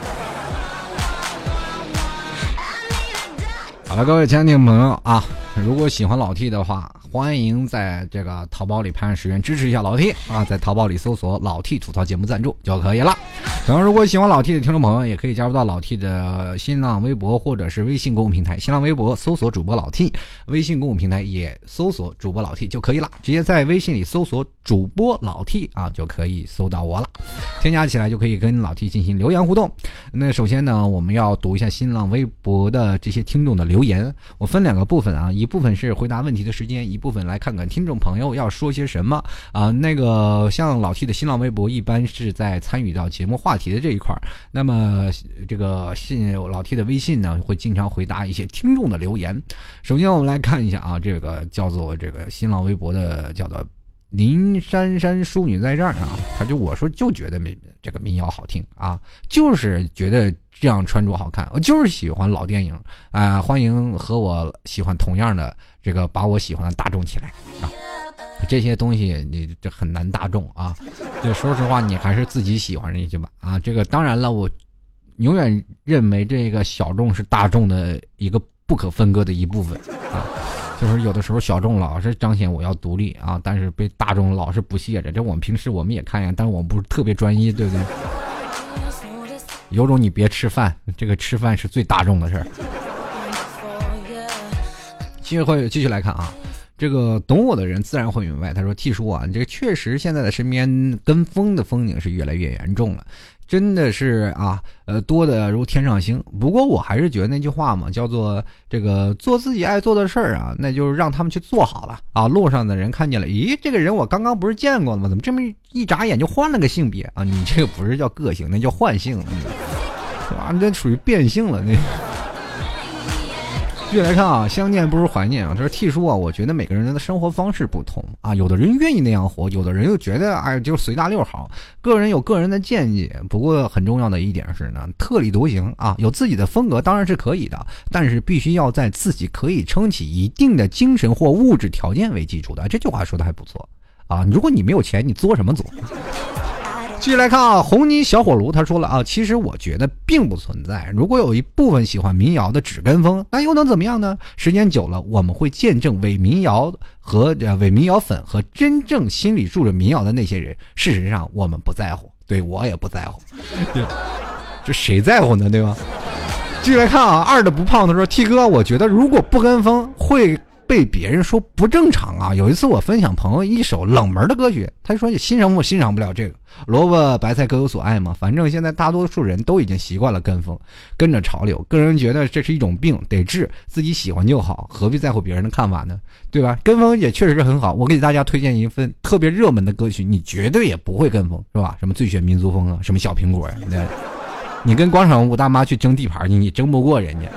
好了，各位亲爱的朋友如果喜欢老 T 的话，欢迎在这个淘宝里拍上10元支持一下老 T在淘宝里搜索老 T 吐槽节目赞助就可以了。然后如果喜欢老 T 的听众朋友，也可以加入到老 T 的新浪微博或者是微信公众平台。新浪微博搜索主播老 T， 微信公众平台也搜索主播老 T 就可以了。直接在微信里搜索主播老 T 就可以搜到我了，添加起来就可以跟老 T 进行留言互动。那首先呢，我们要读一下新浪微博的这些听众的留言，我分2个部分一部分是回答问题的时间，一部分来看看听众朋友要说些什么那个像老 T 的新浪微博一般是在参与到节目话题的这一块，那么这个老 T 的微信呢会经常回答一些听众的留言。首先我们来看一下这个叫做这个新浪微博的叫做林珊珊淑女在这儿他我说就觉得这个民谣好听就是觉得这样穿着好看，我就是喜欢老电影欢迎和我喜欢同样的这个把我喜欢的大众起来这些东西你这很难大众就说实话你还是自己喜欢这些吧这个当然了，我永远认为这个小众是大众的一个不可分割的一部分啊。就是有的时候小众老是彰显我要独立啊，但是被大众老是不屑着。这我们平时我们也看一眼，但是我们不是特别专一，对不对？有种你别吃饭，这个吃饭是最大众的事儿。继续来看啊，这个懂我的人自然会明白。他说 T 叔啊，这个确实现在的身边跟风的风景是越来越严重了，真的是啊，多的如天上星。不过我还是觉得那句话嘛，叫做这个做自己爱做的事儿啊，那就是让他们去做好了啊。路上的人看见了，咦，这个人我刚刚不是见过了吗？怎么这么一眨眼就换了个性别啊？你这个不是叫个性，那叫换性了，是吧？那属于变性了那。继续来看啊，相见不如怀念啊。这是 T 叔啊，我觉得每个人的生活方式不同啊，有的人愿意那样活，有的人又觉得哎就随大溜好，个人有个人的见解。不过很重要的一点是呢，特立独行啊，有自己的风格当然是可以的，但是必须要在自己可以撑起一定的精神或物质条件为基础的。这句话说的还不错啊，如果你没有钱，你作什么作？继续来看啊，红泥小火炉他说了啊，其实我觉得并不存在。如果有一部分喜欢民谣的只跟风，那又能怎么样呢？时间久了，我们会见证伪民谣粉和真正心里住着民谣的那些人。事实上，我们不在乎，对我也不在乎，这谁在乎呢？对吧？继续来看啊，二的不胖他说 T 哥，我觉得如果不跟风会被别人说不正常啊！有一次我分享朋友一首冷门的歌曲，他说欣赏不了这个，萝卜白菜各有所爱嘛。反正现在大多数人都已经习惯了跟风，跟着潮流。个人觉得这是一种病，得治，自己喜欢就好，何必在乎别人的看法呢？对吧？跟风也确实是很好。我给大家推荐一份特别热门的歌曲，你绝对也不会跟风，是吧？什么最炫民族风啊，什么小苹果呀，你跟广场舞大妈去争地盘，你争不过人家。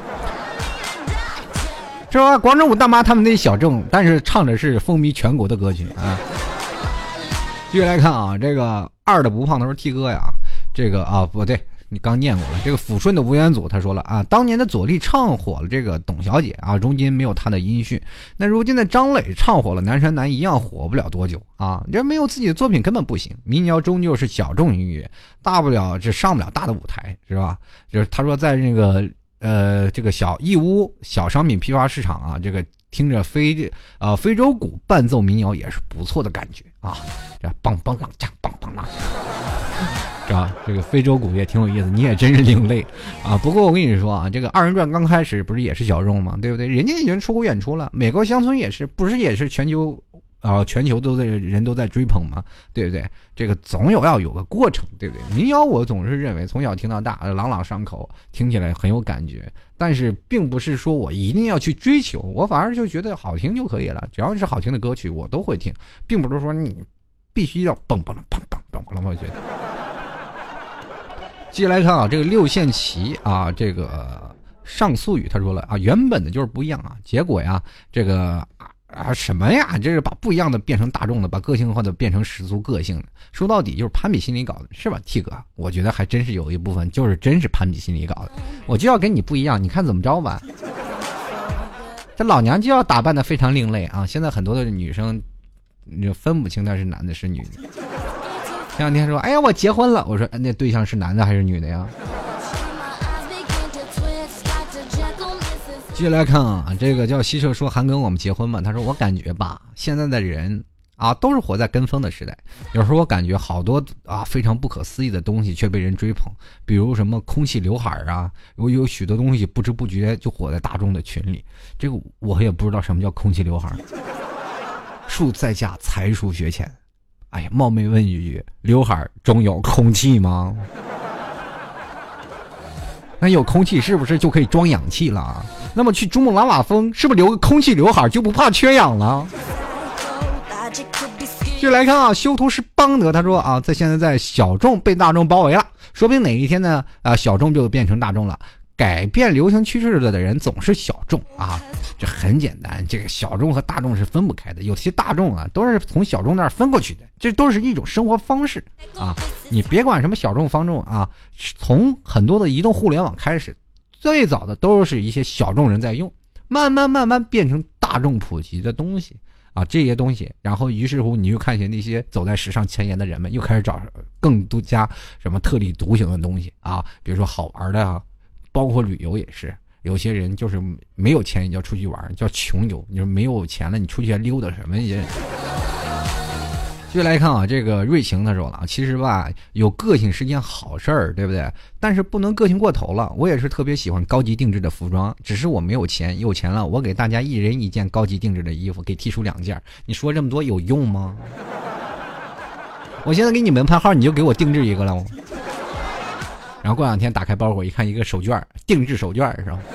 是吧？广场舞大妈他们那小众，但是唱的是风靡全国的歌曲啊。继续来看啊，这个二的不胖他说 T 哥呀，这个啊不对，你刚念过了。这个抚顺的吴元祖他说了啊，当年的左立唱火了这个董小姐啊，如今没有她的音讯。那如今的张磊唱火了南山南，一样火不了多久啊。这没有自己的作品根本不行。民谣终究是小众音乐，大不了这上不了大的舞台，是吧？就是他说在那个。这个小义乌小商品批发市场啊，这个听着非洲鼓伴奏民谣也是不错的感觉啊，这梆梆啷锵梆梆啷，是吧？这个非洲鼓也挺有意思，你也真是另类啊。不过我跟你说啊，这个二人转刚开始不是也是小众吗？对不对？人家已经出国演出了，美国乡村也是，不是也是全球人都在追捧嘛，对不对？这个总要有个过程，对不对？民谣我总是认为从小听到大，朗朗上口，听起来很有感觉，但是并不是说我一定要去追求，我反而就觉得好听就可以了，只要是好听的歌曲我都会听，并不是说你必须要蹦蹦蹦蹦蹦蹦，我觉得。接下来看啊，这个六线旗啊，这个上素语他说了啊，原本的就是不一样啊，结果呀，这个。什么呀？这是把不一样的变成大众的，把个性化的变成十足个性的。说到底就是攀比心理搞的，是吧 ？T 哥，我觉得还真是有一部分就是真是攀比心理搞的。我就要跟你不一样，你看怎么着吧？这老娘就要打扮的非常另类啊！现在很多的女生，你分不清她是男的是女的。前两天说，哎呀，我结婚了，我说那对象是男的还是女的呀？继续来看啊，这个叫西社说韩庚我们结婚嘛，他说我感觉吧，现在的人啊都是活在跟风的时代，有时候我感觉好多啊非常不可思议的东西却被人追捧，比如什么空气刘海啊，有许多东西不知不觉就火在大众的群里，这个我也不知道什么叫空气刘海。树在家才疏学浅，哎呀，冒昧问一句，刘海中有空气吗？那有空气是不是就可以装氧气了？那么去珠穆朗玛峰是不是留个空气刘海就不怕缺氧了？继续来看啊，修图是邦德他说啊，现在在小众被大众包围了，说不定哪一天呢小众就变成大众了。改变流行趋势的人总是小众啊，这很简单，这个小众和大众是分不开的。有些大众啊都是从小众那儿分过去的，这都是一种生活方式啊。你别管什么小众方众啊，从很多的移动互联网开始，最早的都是一些小众人在用，慢慢变成大众普及的东西啊这些东西，然后于是乎你就看见那些走在时尚前沿的人们又开始找更多加什么特立独行的东西啊，比如说好玩的啊，包括旅游也是。有些人就是没有钱也要出去玩，叫穷游。你说没有钱了，你出去溜达什么也。继续来看啊，这个瑞晴他说了，其实吧，有个性是件好事儿，对不对？但是不能个性过头了。我也是特别喜欢高级定制的服装，只是我没有钱，有钱了，我给大家一人一件高级定制的衣服，给剔除2件。你说这么多有用吗？我现在给你门牌号，你就给我定制一个了。然后过2天打开包裹一看，一个手绢，定制手绢是吧？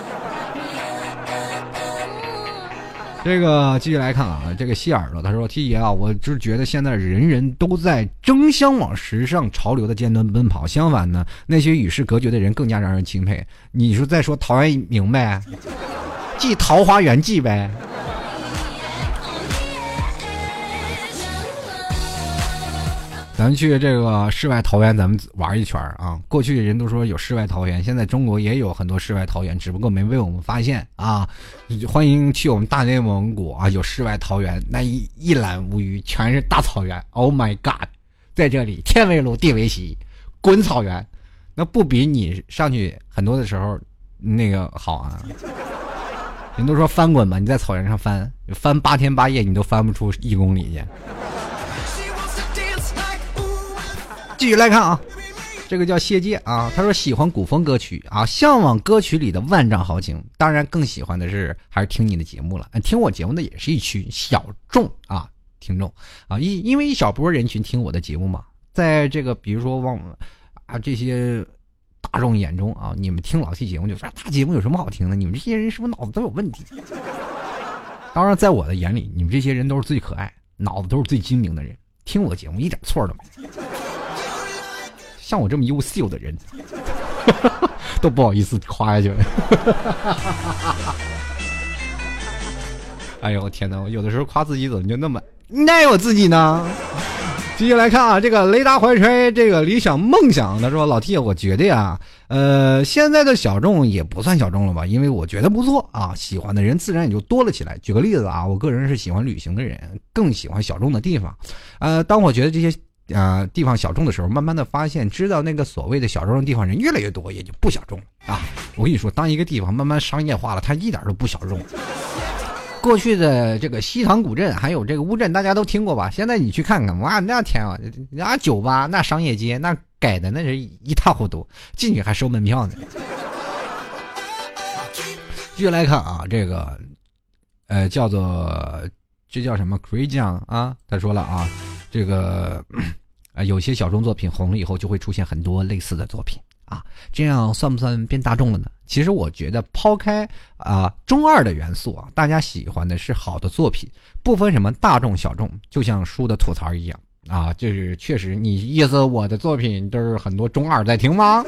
这个继续来看啊，这个谢耳朵他说 T 爷啊，我就是觉得现在人人都在争相往时尚潮流的尖端奔跑，相反呢，那些与世隔绝的人更加让人钦佩。你说再说陶渊明呗，记桃花源记呗。咱们去这个世外桃源，咱们玩一圈啊！过去人都说有世外桃源，现在中国也有很多世外桃源，只不过没被我们发现啊！欢迎去我们大内蒙古啊，有世外桃源，那一览无余，全是大草原。Oh my god， 在这里天为炉地为席，滚草原，那不比你上去很多的时候那个好啊！人都说翻滚嘛，你在草原上翻8天8夜，你都翻不出1公里去。继续来看啊，这个叫谢介啊，他说喜欢古风歌曲啊，向往歌曲里的万丈豪情，当然更喜欢的是还是听你的节目了。听我节目的也是一群小众啊听众啊，因为一小波人群听我的节目嘛，在这个比如说这些大众眼中啊，你们听老 T 节目就说大节目有什么好听的？你们这些人是不是脑子都有问题？当然，在我的眼里，你们这些人都是最可爱，脑子都是最精明的人，听我节目一点错都没。像我这么优秀的人都不好意思夸下去了。哎呦天哪，我有的时候夸自己怎么就那么爱我自己呢？继续来看啊，这个雷达怀揣这个理想梦想，他说老 T 我觉得呀，现在的小众也不算小众了吧，因为我觉得不错啊，喜欢的人自然也就多了起来。举个例子啊，我个人是喜欢旅行的人，更喜欢小众的地方。当我觉得这些地方小众的时候，慢慢的发现知道那个所谓的小众的地方人越来越多，也就不小众了啊！我跟你说，当一个地方慢慢商业化了，它一点都不小众。过去的这个西塘古镇还有这个乌镇大家都听过吧，现在你去看看，哇那天啊，那酒吧那商业街那改的那是一塌糊涂，进去还收门票呢。继续来看啊，这个叫做这叫什么 Crazy 啊，他说了啊，这个有些小众作品红了以后就会出现很多类似的作品啊，这样算不算变大众了呢？其实我觉得抛开中二的元素啊，大家喜欢的是好的作品，不分什么大众小众，就像书的吐槽一样啊，就是确实你意思我的作品都是很多中二在听吗？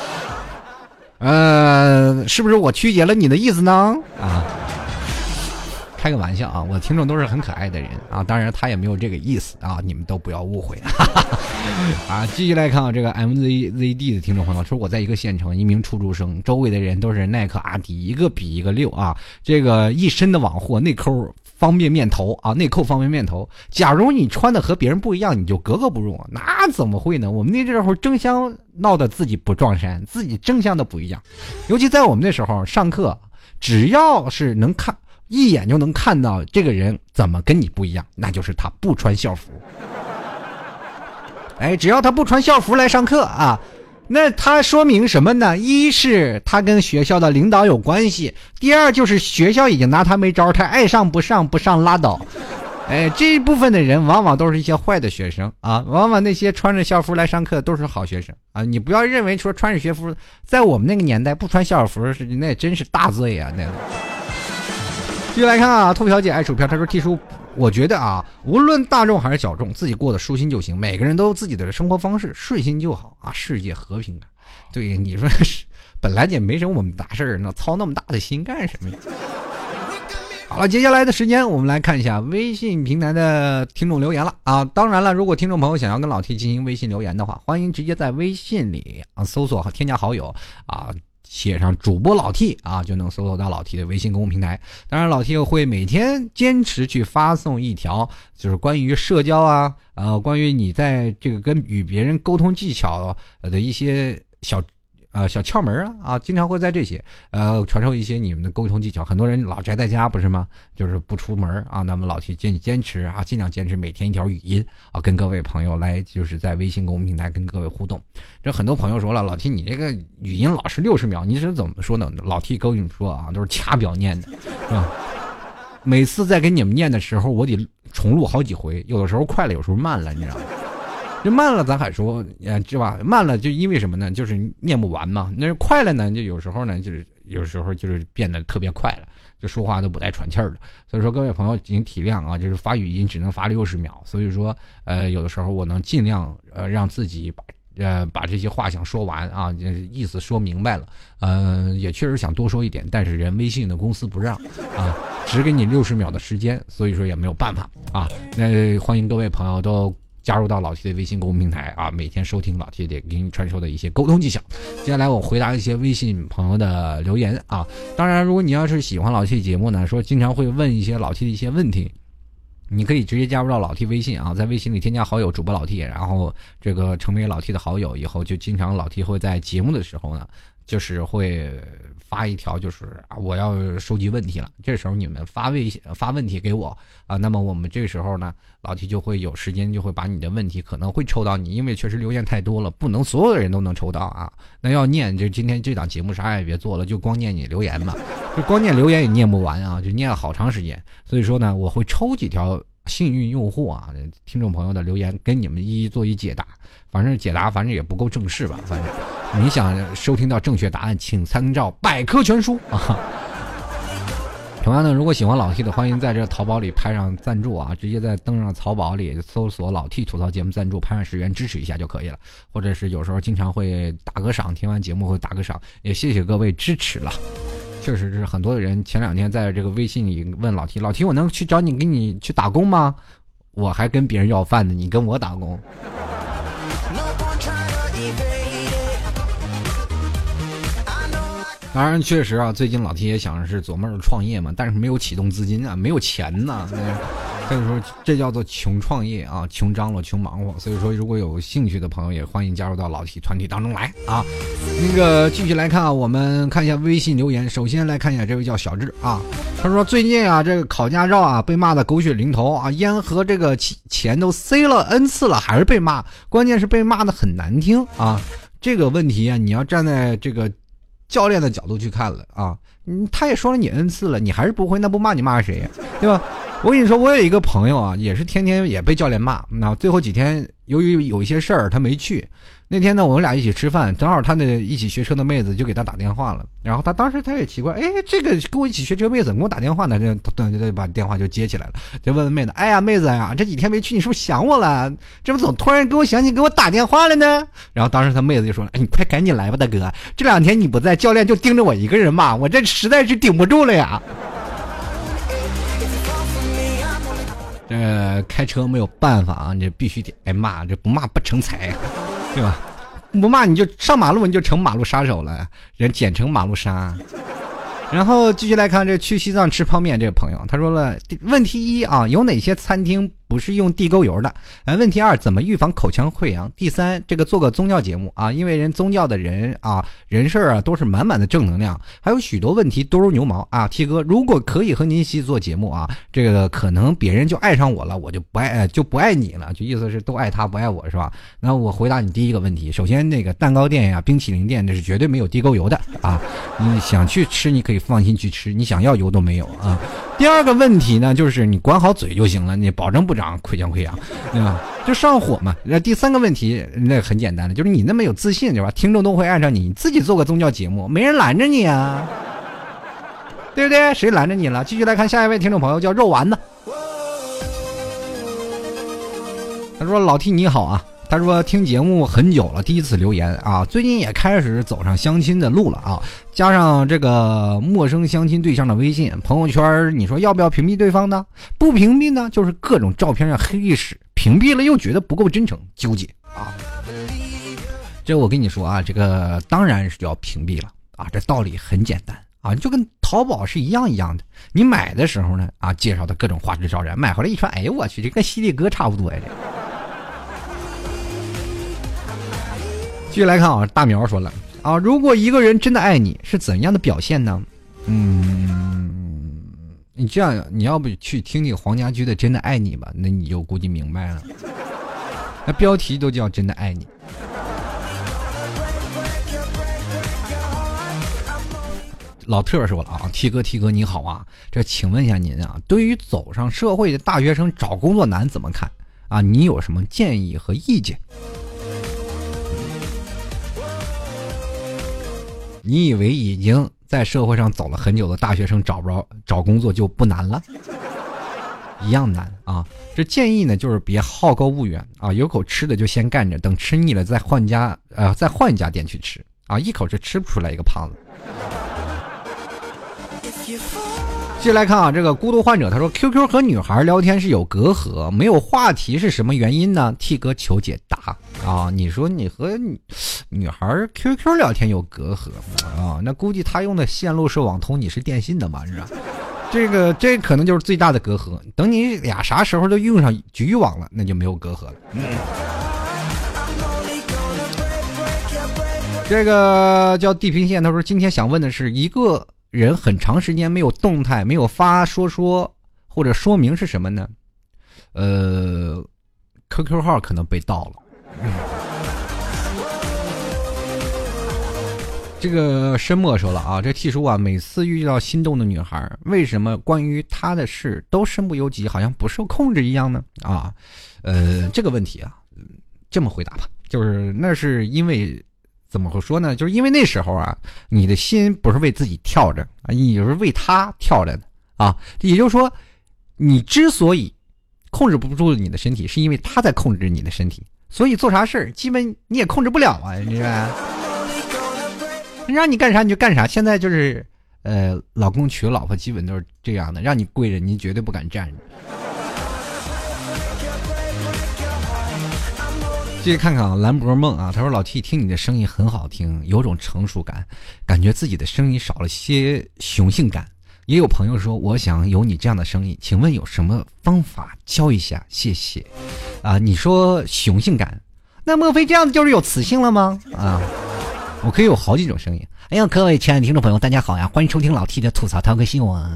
是不是我曲解了你的意思呢？啊，开个玩笑啊，我的听众都是很可爱的人啊，当然他也没有这个意思啊，你们都不要误会啊。继续来看啊，这个 MZZD 的听众朋友说，我在一个县城，一名初中生，周围的人都是耐克、阿迪，一个比一个溜啊，这个一身的网货，内扣方便面头啊，内扣方便面头。假如你穿的和别人不一样，你就格格不入，那怎么会呢？我们那时候争相闹得自己不撞衫，自己争相的不一样。尤其在我们那时候上课，只要是能看一眼就能看到这个人怎么跟你不一样，那就是他不穿校服。只要他不穿校服来上课啊，那他说明什么呢？一是他跟学校的领导有关系，第二就是学校已经拿他没招，他爱上不上，不上拉倒。这一部分的人往往都是一些坏的学生啊，往往那些穿着校服来上课都是好学生啊。你不要认为说穿着学服，在我们那个年代不穿校服那真是大罪啊！那个。继续来看啊，兔小姐爱薯片，她说 T 叔，我觉得啊，无论大众还是小众，自己过得舒心就行，每个人都有自己的生活方式，顺心就好啊，世界和平啊。对，你说本来也没什么我们大事儿，那操那么大的心干什么呀？好了，接下来的时间我们来看一下微信平台的听众留言了啊！当然了，如果听众朋友想要跟老 T 进行微信留言的话，欢迎直接在微信里搜索和添加好友啊， 写上主播老 T 啊，就能搜索到老 T 的微信公众平台。当然老 T 会每天坚持去发送一条就是关于社交啊，关于你在这个与别人沟通技巧的一些小窍门啊，经常会在这些传授一些你们的沟通技巧。很多人老宅在家不是吗？就是不出门啊，那么老 T坚持啊，尽量坚持每天一条语音啊，跟各位朋友来就是在微信公众平台跟各位互动。这很多朋友说了，老 T 你这个语音老是60秒，你是怎么说呢？老 T 跟你们说啊，都是掐表念的，是吧？每次在给你们念的时候，我得重录好几回，有的时候快了，有时候慢了，你知道吗？就慢了咱还说是吧，慢了就因为什么呢？就是念不完嘛。那快了呢，就有时候就是变得特别快了，就说话都不带喘气儿的。所以说各位朋友请体谅啊，就是发语音只能发60秒，所以说有的时候我能尽量让自己把这些话想说完啊，意思说明白了。也确实想多说一点，但是人微信的公司不让啊，只给你60秒的时间，所以说也没有办法啊。那欢迎各位朋友都加入到老 T 的微信公众平台啊，每天收听老 T 给你传授的一些沟通技巧。接下来我回答一些微信朋友的留言啊。当然，如果你要是喜欢老 T 节目呢，说经常会问一些老 T 的一些问题，你可以直接加入到老 T 微信啊，在微信里添加好友主播老 T， 然后这个成为老 T 的好友以后，就经常老 T 会在节目的时候呢，就是会发一条，就是我要收集问题了，这时候你们发问题给我啊，那么我们这个时候呢，老 T 就会有时间就会把你的问题可能会抽到你，因为确实留言太多了，不能所有的人都能抽到啊。那要念就今天这档节目啥也别做了，就光念你留言嘛，就光念留言也念不完啊，就念了好长时间。所以说呢，我会抽几条幸运用户啊，听众朋友的留言跟你们一一做一解答，反正解答也不够正式吧，反正你想收听到正确答案，请参照百科全书啊。同样的，如果喜欢老 T 的，欢迎在这淘宝里拍上赞助啊，直接在登上淘宝里搜索老 T 吐槽节目赞助，拍上10元支持一下就可以了。或者是有时候经常会打个赏，听完节目会打个赏，也谢谢各位支持了。确实是很多的人前2天在这个微信里问老 T， 老 T 我能去找你给你去打工吗？我还跟别人要饭呢，你跟我打工。当然确实啊，最近老 T 也想是琢磨着创业嘛，但是没有启动资金啊，没有钱呐。所以说这叫做穷创业啊，穷张罗，穷忙活。所以说如果有兴趣的朋友也欢迎加入到老 T 团体当中来啊。那个继续来看啊，我们看一下微信留言。首先来看一下这位叫小智啊，他说最近啊这个考驾照啊被骂的狗血淋头啊，烟和这个钱都塞了 N 次了还是被骂，关键是被骂的很难听啊。这个问题啊，你要站在这个教练的角度去看了啊，他也说了你 N 次了，你还是不会，那不骂你骂谁呀，对吧？我跟你说，我有一个朋友啊，也是天天也被教练骂，那最后几天由于有一些事儿他没去。那天呢我们俩一起吃饭，正好他那一起学车的妹子就给他打电话了，然后他当时他也奇怪，哎，这个跟我一起学车妹子怎么给我打电话呢？就把电话就接起来了，就问妹子，哎呀妹子呀，这几天没去，你是不是想我了？这不总突然给我想起给我打电话了呢？然后当时他妹子就说了，哎，你快赶紧来吧大哥，这2天你不在，教练就盯着我一个人骂，我这实在是顶不住了呀。开车没有办法啊，你这必须得挨骂，这不骂不成才，对吧？不骂你就上马路，你就成马路杀手了，人简称马路杀。然后继续来看这去西藏吃泡面这个朋友，他说了，问题1啊，有哪些餐厅不是用地沟油的？问题2，怎么预防口腔溃疡？第3，这个做个宗教节目啊，因为宗教的人啊，人事啊都是满满的正能量，还有许多问题多如牛毛啊。T 哥，如果可以和您一起做节目啊，这个可能别人就爱上我了，我就不爱你了，就意思是都爱他不爱我是吧？那我回答你第一个问题，首先那个蛋糕店呀、冰淇淋店，这是绝对没有地沟油的啊，你想去吃你可以放心去吃，你想要油都没有啊。第二个问题呢，就是你管好嘴就行了，你保证不长溃疡，对吧？就上火嘛。第3个问题那很简单的，就是你那么有自信，对吧？听众都会爱上你，你自己做个宗教节目，没人拦着你啊，对不对？谁拦着你了？继续来看下一位听众朋友，叫肉丸子。他说：“老 T 你好啊。”他说听节目很久了，第一次留言啊，最近也开始走上相亲的路了啊，加上这个陌生相亲对象的微信朋友圈，你说要不要屏蔽对方呢？不屏蔽呢，就是各种照片上黑历史，屏蔽了又觉得不够真诚，纠结啊。这我跟你说啊，这个当然是要屏蔽了啊，这道理很简单啊，就跟淘宝是一样的。你买的时候呢，啊，介绍的各种花枝招展，买回来一穿，哎呦我去，这跟犀利哥差不多呀。继续来看啊，大苗说了啊，如果一个人真的爱你，是怎样的表现呢？你这样，你要不去听听黄家驹的《真的爱你》吧，那你就估计明白了。那标题都叫《真的爱你》。老特说了啊，T 哥你好啊，这请问一下您啊，对于走上社会的大学生找工作难怎么看啊？你有什么建议和意见？你以为已经在社会上走了很久的大学生找工作就不难了？一样难啊！这建议呢，就是别好高骛远啊，有口吃的就先干着，等吃腻了再换一家店去吃啊，一口是吃不出来一个胖子。接下来看啊，这个孤独患者他说 QQ 和女孩聊天是有隔阂，没有话题是什么原因呢？替哥求解答啊！你说你和女孩 QQ 聊天有隔阂啊？那估计他用的线路是网通，你是电信的嘛，是吧？这可能就是最大的隔阂。等你俩啥时候都用上局域网了，那就没有隔阂了。这个叫地平线，他说今天想问的是，一个人很长时间没有动态，没有发说或者说明是什么呢？QQ 号可能被盗了。这个申墨说了啊，这 T 叔啊，每次遇到心动的女孩，为什么关于她的事都身不由己，好像不受控制一样呢？啊，这个问题啊，这么回答吧，就是那是因为怎么会说呢？就是因为那时候啊，你的心不是为自己跳着啊，你是为他跳着的啊。也就是说，你之所以控制不住你的身体，是因为他在控制你的身体，所以做啥事儿基本你也控制不了啊，你知道吧？让你干啥你就干啥。现在就是老公娶老婆基本都是这样的，让你跪着你绝对不敢站着。继续看看啊，兰博梦啊，他说老 T 听你的声音很好听，有种成熟感，感觉自己的声音少了些雄性感。也有朋友说我想有你这样的声音，请问有什么方法教一下？谢谢。啊，你说雄性感，那莫非这样子就是有雌性了吗？啊，我可以有好几种声音。哎呀，各位亲爱的听众朋友，大家好呀，欢迎收听老 T 的吐槽涛哥秀啊！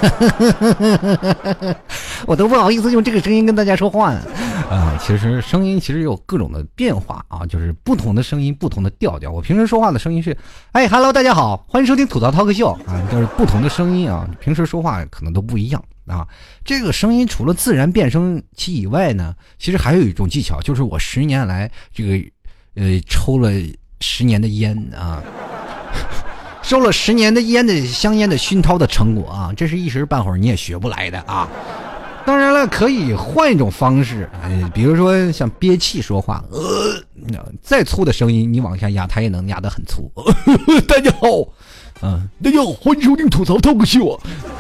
我都不好意思用这个声音跟大家说话呢。其实声音其实有各种的变化啊，就是不同的声音，不同的调调。我平时说话的声音是，哎 ，Hello， 大家好，欢迎收听吐槽涛哥秀啊，就是不同的声音啊，平时说话可能都不一样啊。这个声音除了自然变声器以外呢，其实还有一种技巧，就是我10年来这个抽了10年的烟啊。收了10年的香烟的熏陶的成果啊，这是一时半会儿你也学不来的啊。当然了，可以换一种方式，比如说像憋气说话，再粗的声音你往下压，它也能压得很粗。大家好，大家好，欢迎收听吐槽脱口秀。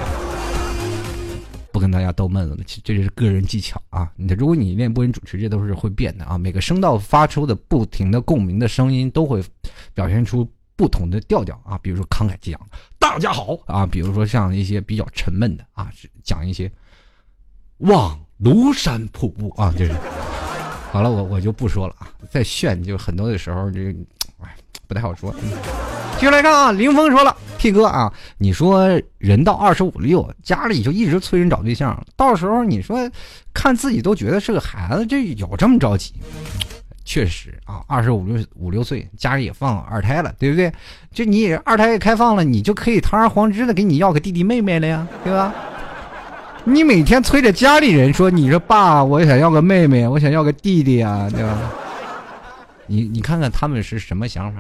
不跟大家逗闷子了，这是个人技巧啊。如果你练播音主持，这都是会变的啊。每个声道发出的不停的共鸣的声音，都会表现出不同的调调啊。比如说慷慨激昂，大家好啊。比如说像一些比较沉闷的啊，讲一些望庐山瀑布啊，就是好了，我就不说了啊。再炫就很多的时候，这不太好说。继续来看啊，林峰说了 ，T 哥啊，你说人到25、6，家里就一直催人找对象，到时候你说看自己都觉得是个孩子，这有这么着急？确实啊，25、6岁，家里也放二胎了，对不对？这你二胎也开放了，你就可以堂而皇之的给你要个弟弟妹妹了呀，对吧？你每天催着家里人说，你说爸，我想要个妹妹，我想要个弟弟啊，对吧？你看看他们是什么想法？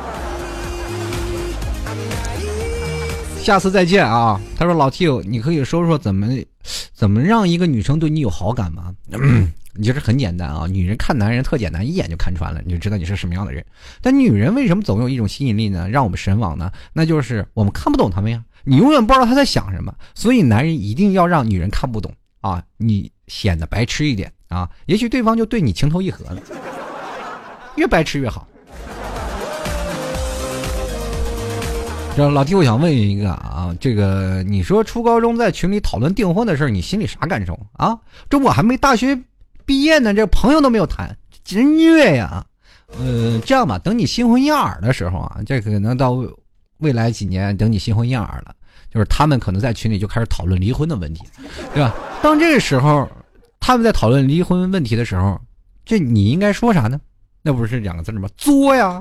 下次再见啊！他说老 T， 你可以说说怎么让一个女生对你有好感吗？你就是很简单啊，女人看男人特简单，一眼就看穿了，你就知道你是什么样的人。但女人为什么总有一种吸引力呢？让我们神往呢？那就是我们看不懂他们呀，你永远不知道他在想什么。所以男人一定要让女人看不懂啊，你显得白痴一点啊，也许对方就对你情投意合了，越白痴越好。 这老弟，我想问一个啊，这个你说初高中在群里讨论订婚的事儿，你心里啥感受啊？这我还没大学毕业呢，这朋友都没有谈，真虐呀！这样吧，等你新婚燕尔的时候啊，这可能到未来几年，等你新婚燕尔了，就是他们可能在群里就开始讨论离婚的问题，对吧？当这个时候，他们在讨论离婚问题的时候，这你应该说啥呢？那不是两个字吗？作呀！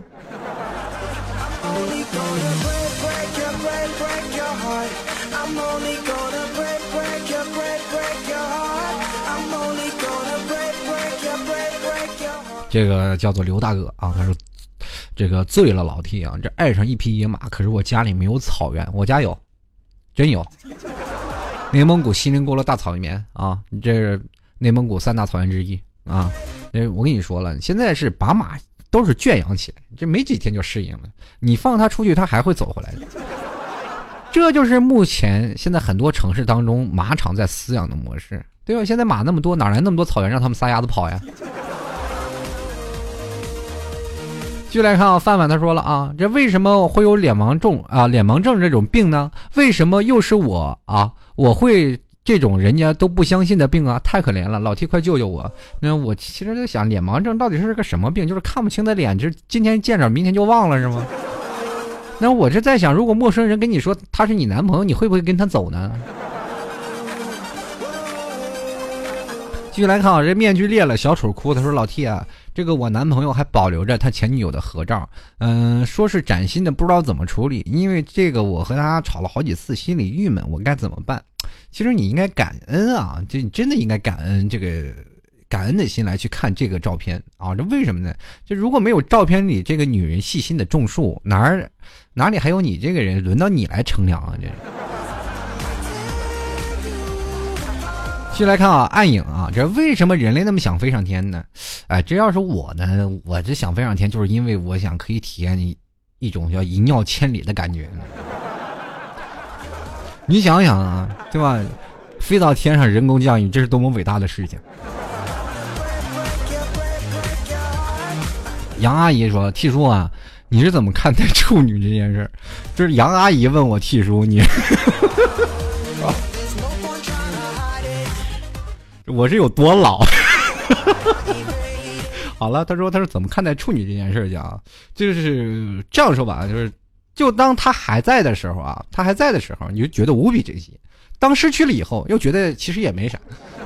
这个叫做刘大哥啊，他说这个醉了老 T 啊，这爱上一匹野马，可是我家里没有草原，我家有，真有。内蒙古锡林郭勒大草原啊，这是内蒙古3大草原之一啊。我跟你说了，现在是把马都是圈养起来，这没几天就适应了，你放它出去它还会走回来的。这就是目前现在很多城市当中马场在饲养的模式，对吧？现在马那么多，哪来那么多草原让他们撒丫子跑呀？继续来看啊，范范他说了啊，这为什么会有脸盲症这种病呢？为什么又是我啊？我会这种人家都不相信的病啊，太可怜了，老 T 快救救我！那我其实在想，脸盲症到底是个什么病？就是看不清的脸，就是今天见着，明天就忘了，是吗？那我是在想，如果陌生人跟你说他是你男朋友，你会不会跟他走呢？继续来看啊，这面具裂了，小丑哭。他说：“老 T 啊，这个我男朋友还保留着他前女友的合照，说是崭新的，不知道怎么处理。因为这个我和他吵了好几次，心里郁闷，我该怎么办？其实你应该感恩啊，就你真的应该感恩这个感恩的心来去看这个照片啊。这为什么呢？就如果没有照片里这个女人细心的种树，哪里还有你这个人？轮到你来乘凉啊？这。”继续来看啊，暗影啊，这为什么人类那么想飞上天呢？这要是我呢，我这想飞上天，就是因为我想可以体验一种叫一尿千里的感觉。你想想啊，对吧？飞到天上，人工降雨，这是多么伟大的事情！杨阿姨说 ：“T 叔啊，你是怎么看待处女这件事？”就是杨阿姨问我 T 叔，你。我是有多老？好了，他说怎么看待处女这件事讲，就是这样说吧，就当他还在的时候啊，你就觉得无比珍惜；当失去了以后，又觉得其实也没啥。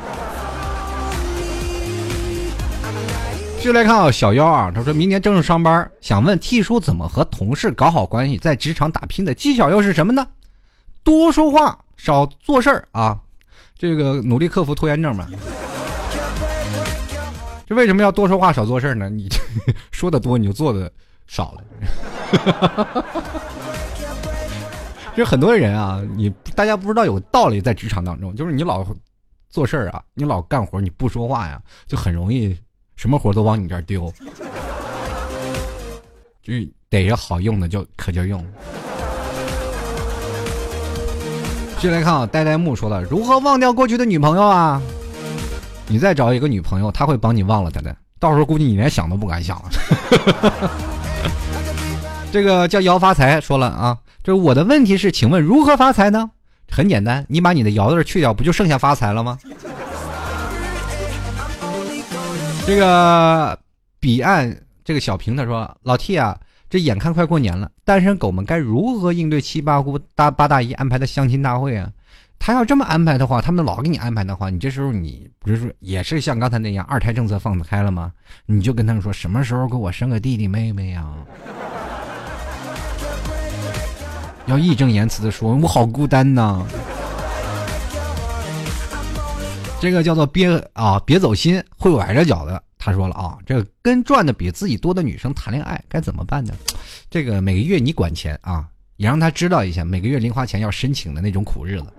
继续来看啊，小妖啊，他说明年正式上班，想问 T 叔怎么和同事搞好关系，在职场打拼的技巧又是什么呢？多说话，少做事儿啊。这个努力克服拖延症嘛。这为什么要多说话少做事呢？你说的多你就做的少了。这很多人啊，大家不知道有个道理，在职场当中，就是你老做事啊，你老干活，你不说话呀，就很容易什么活都往你这儿丢。就逮着好用的就可劲用。继续来看啊，呆呆木说了，如何忘掉过去的女朋友啊？你再找一个女朋友，她会帮你忘了她的，到时候估计你连想都不敢想了。这个叫姚发财说了啊，这我的问题是，请问如何发财呢？很简单，你把你的姚字去掉，不就剩下发财了吗？这个彼岸这个小平他说，老 T 啊，这眼看快过年了，单身狗们该如何应对七八姑八大姨安排的相亲大会啊？他要这么安排的话，他们老给你安排的话，你这时候你不是说也是像刚才那样二胎政策放得开了吗？你就跟他们说，什么时候给我生个弟弟妹妹呀？要义正言辞的说，我好孤单呐。这个叫做别走心，会崴着脚的。他说了啊，这个跟赚的比自己多的女生谈恋爱该怎么办呢？这个每个月你管钱啊，也让他知道一下每个月零花钱要申请的那种苦日子。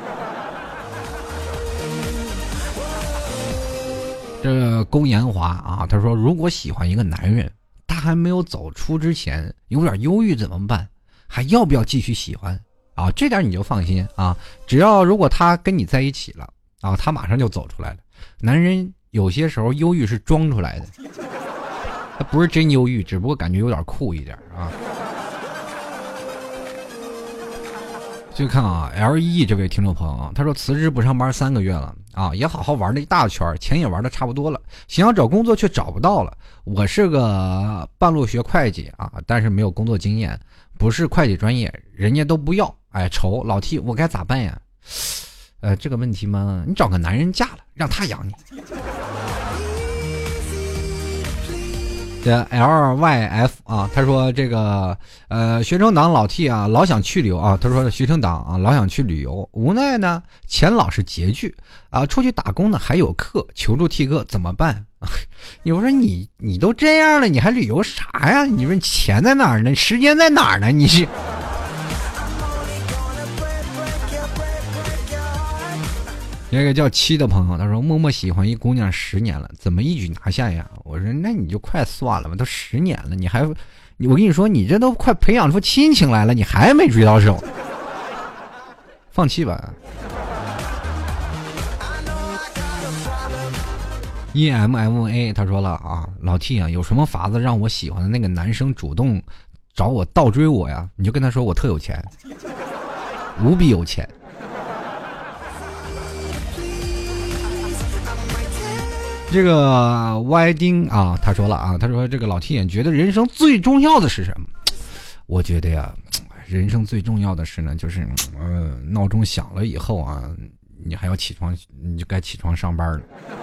这个龚延华啊，他说如果喜欢一个男人，他还没有走出之前有点忧郁怎么办？还要不要继续喜欢啊？这点你就放心啊，只要如果他跟你在一起了啊，他马上就走出来了。男人有些时候忧郁是装出来的，他不是真忧郁，只不过感觉有点酷一点啊。 就看啊 ，LE 这位听众朋友啊，他说辞职不上班3个月了啊，也好好玩了一大圈，钱也玩的差不多了，想要找工作却找不到了。我是个半路学会计啊，但是没有工作经验，不是会计专业，人家都不要，哎，愁老 T， 我该咋办呀？这个问题嘛，你找个男人嫁了，让他养你。这 LYF 啊，他说这个学生党老 T 啊，老想去旅游啊。他说学生党啊，老想去旅游，无奈呢钱老是拮据啊，出去打工呢还有课，求助 T 哥怎么办？你说你都这样了，你还旅游啥呀？你说钱在哪儿呢？时间在哪儿呢？你是。那个叫七的朋友，他说默默喜欢一姑娘10年了，怎么一举拿下呀？我说那你就快算了吧，都10年了，你还，我跟你说，你这都快培养出亲情来了，你还没追到手，放弃吧。EMMA 他说了啊，老 T 啊，有什么法子让我喜欢的那个男生主动找我倒追我呀？你就跟他说我特有钱，无比有钱。这个歪丁啊，他说了啊，他说这个老 T 眼觉得人生最重要的是什么？我觉得呀，人生最重要的是呢，就是闹钟响了以后啊，你还要起床，你就该起床上班了。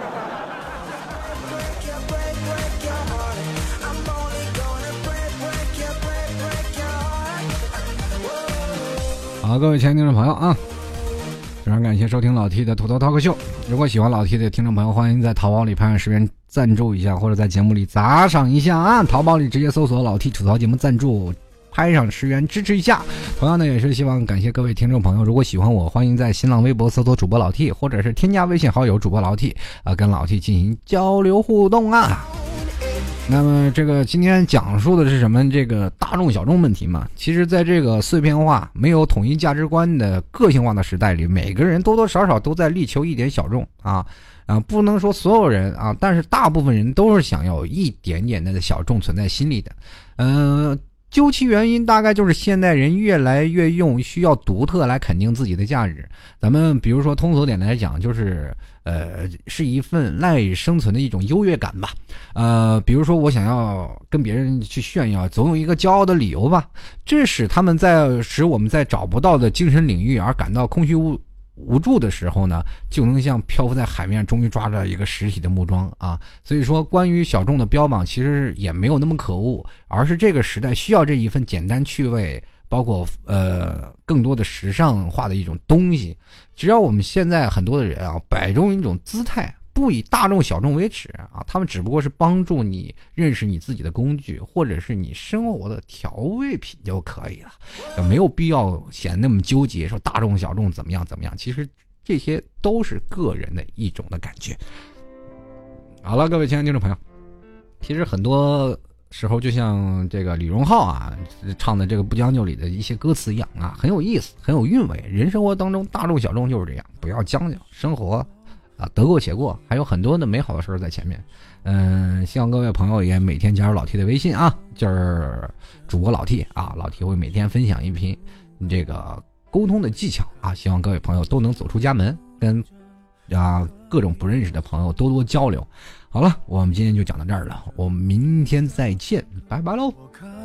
好，各位亲爱的听众朋友啊。非常感谢收听老 T 的吐槽 talk 秀。如果喜欢老 T 的听众朋友，欢迎在淘宝里拍上10元赞助一下，或者在节目里砸赏一下啊！淘宝里直接搜索老 T 吐槽节目赞助，拍上10元支持一下。同样呢，也是希望感谢各位听众朋友，如果喜欢我，欢迎在新浪微博搜索主播老 T， 或者是添加微信好友主播老 T 啊，跟老 T 进行交流互动啊。那么这个今天讲述的是什么？这个大众小众问题嘛。其实在这个碎片化、没有统一价值观的个性化的时代里，每个人多多少少都在力求一点小众啊，不能说所有人啊，但是大部分人都是想要一点点的小众存在心里的。究其原因，大概就是现代人越来越需要独特来肯定自己的价值。咱们比如说通俗点来讲，就是是一份赖以生存的一种优越感吧。比如说我想要跟别人去炫耀，总有一个骄傲的理由吧。这使我们在找不到的精神领域而感到空虚无助的时候呢，就能像漂浮在海面终于抓着一个实体的木桩啊。所以说关于小众的标榜其实也没有那么可恶，而是这个时代需要这一份简单趣味，包括更多的时尚化的一种东西。只要我们现在很多的人啊，摆出一种姿态，不以大众小众为耻啊，他们只不过是帮助你认识你自己的工具，或者是你生活的调味品就可以了，没有必要显那么纠结说大众小众怎么样怎么样。其实这些都是个人的一种的感觉。好了，各位亲爱的听众朋友，其实很多时候就像这个李荣浩啊唱的这个不将就里的一些歌词一样啊，很有意思，很有韵味。人生活当中大众小众就是这样，不要将就，生活得过且过，还有很多的美好的事在前面。希望各位朋友也每天加入老 T 的微信啊，就是主播老 T 啊，老 T 会每天分享一篇这个沟通的技巧啊，希望各位朋友都能走出家门，跟各种不认识的朋友多多交流。好了，我们今天就讲到这儿了，我们明天再见，拜拜喽。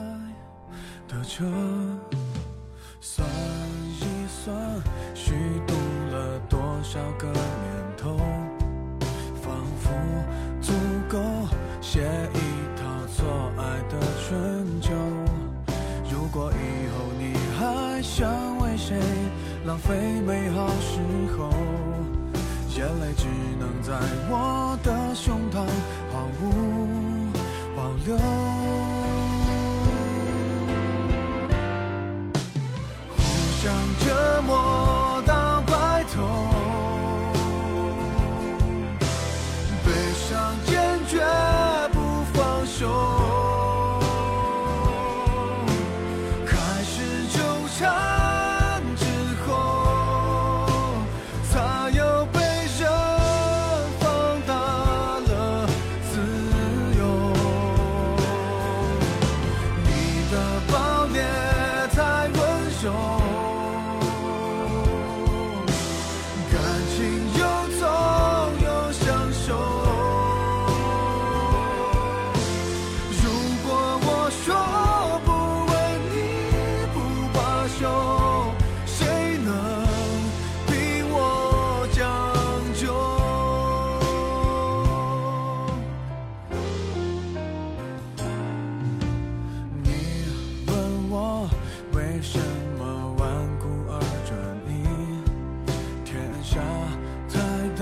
算一算虚度了多少个年头，仿佛足够写一套错爱的春秋。如果以后你还想为谁浪费美好时候，眼泪只能在我的胸膛毫无保留。互相折磨到白头，悲伤坚决不放手，开始纠缠之后，才有被人放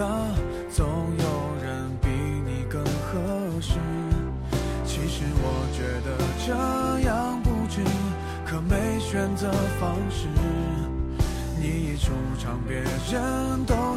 的总有人比你更合适。其实我觉得这样不值，可没选择方式。你一出场，别人都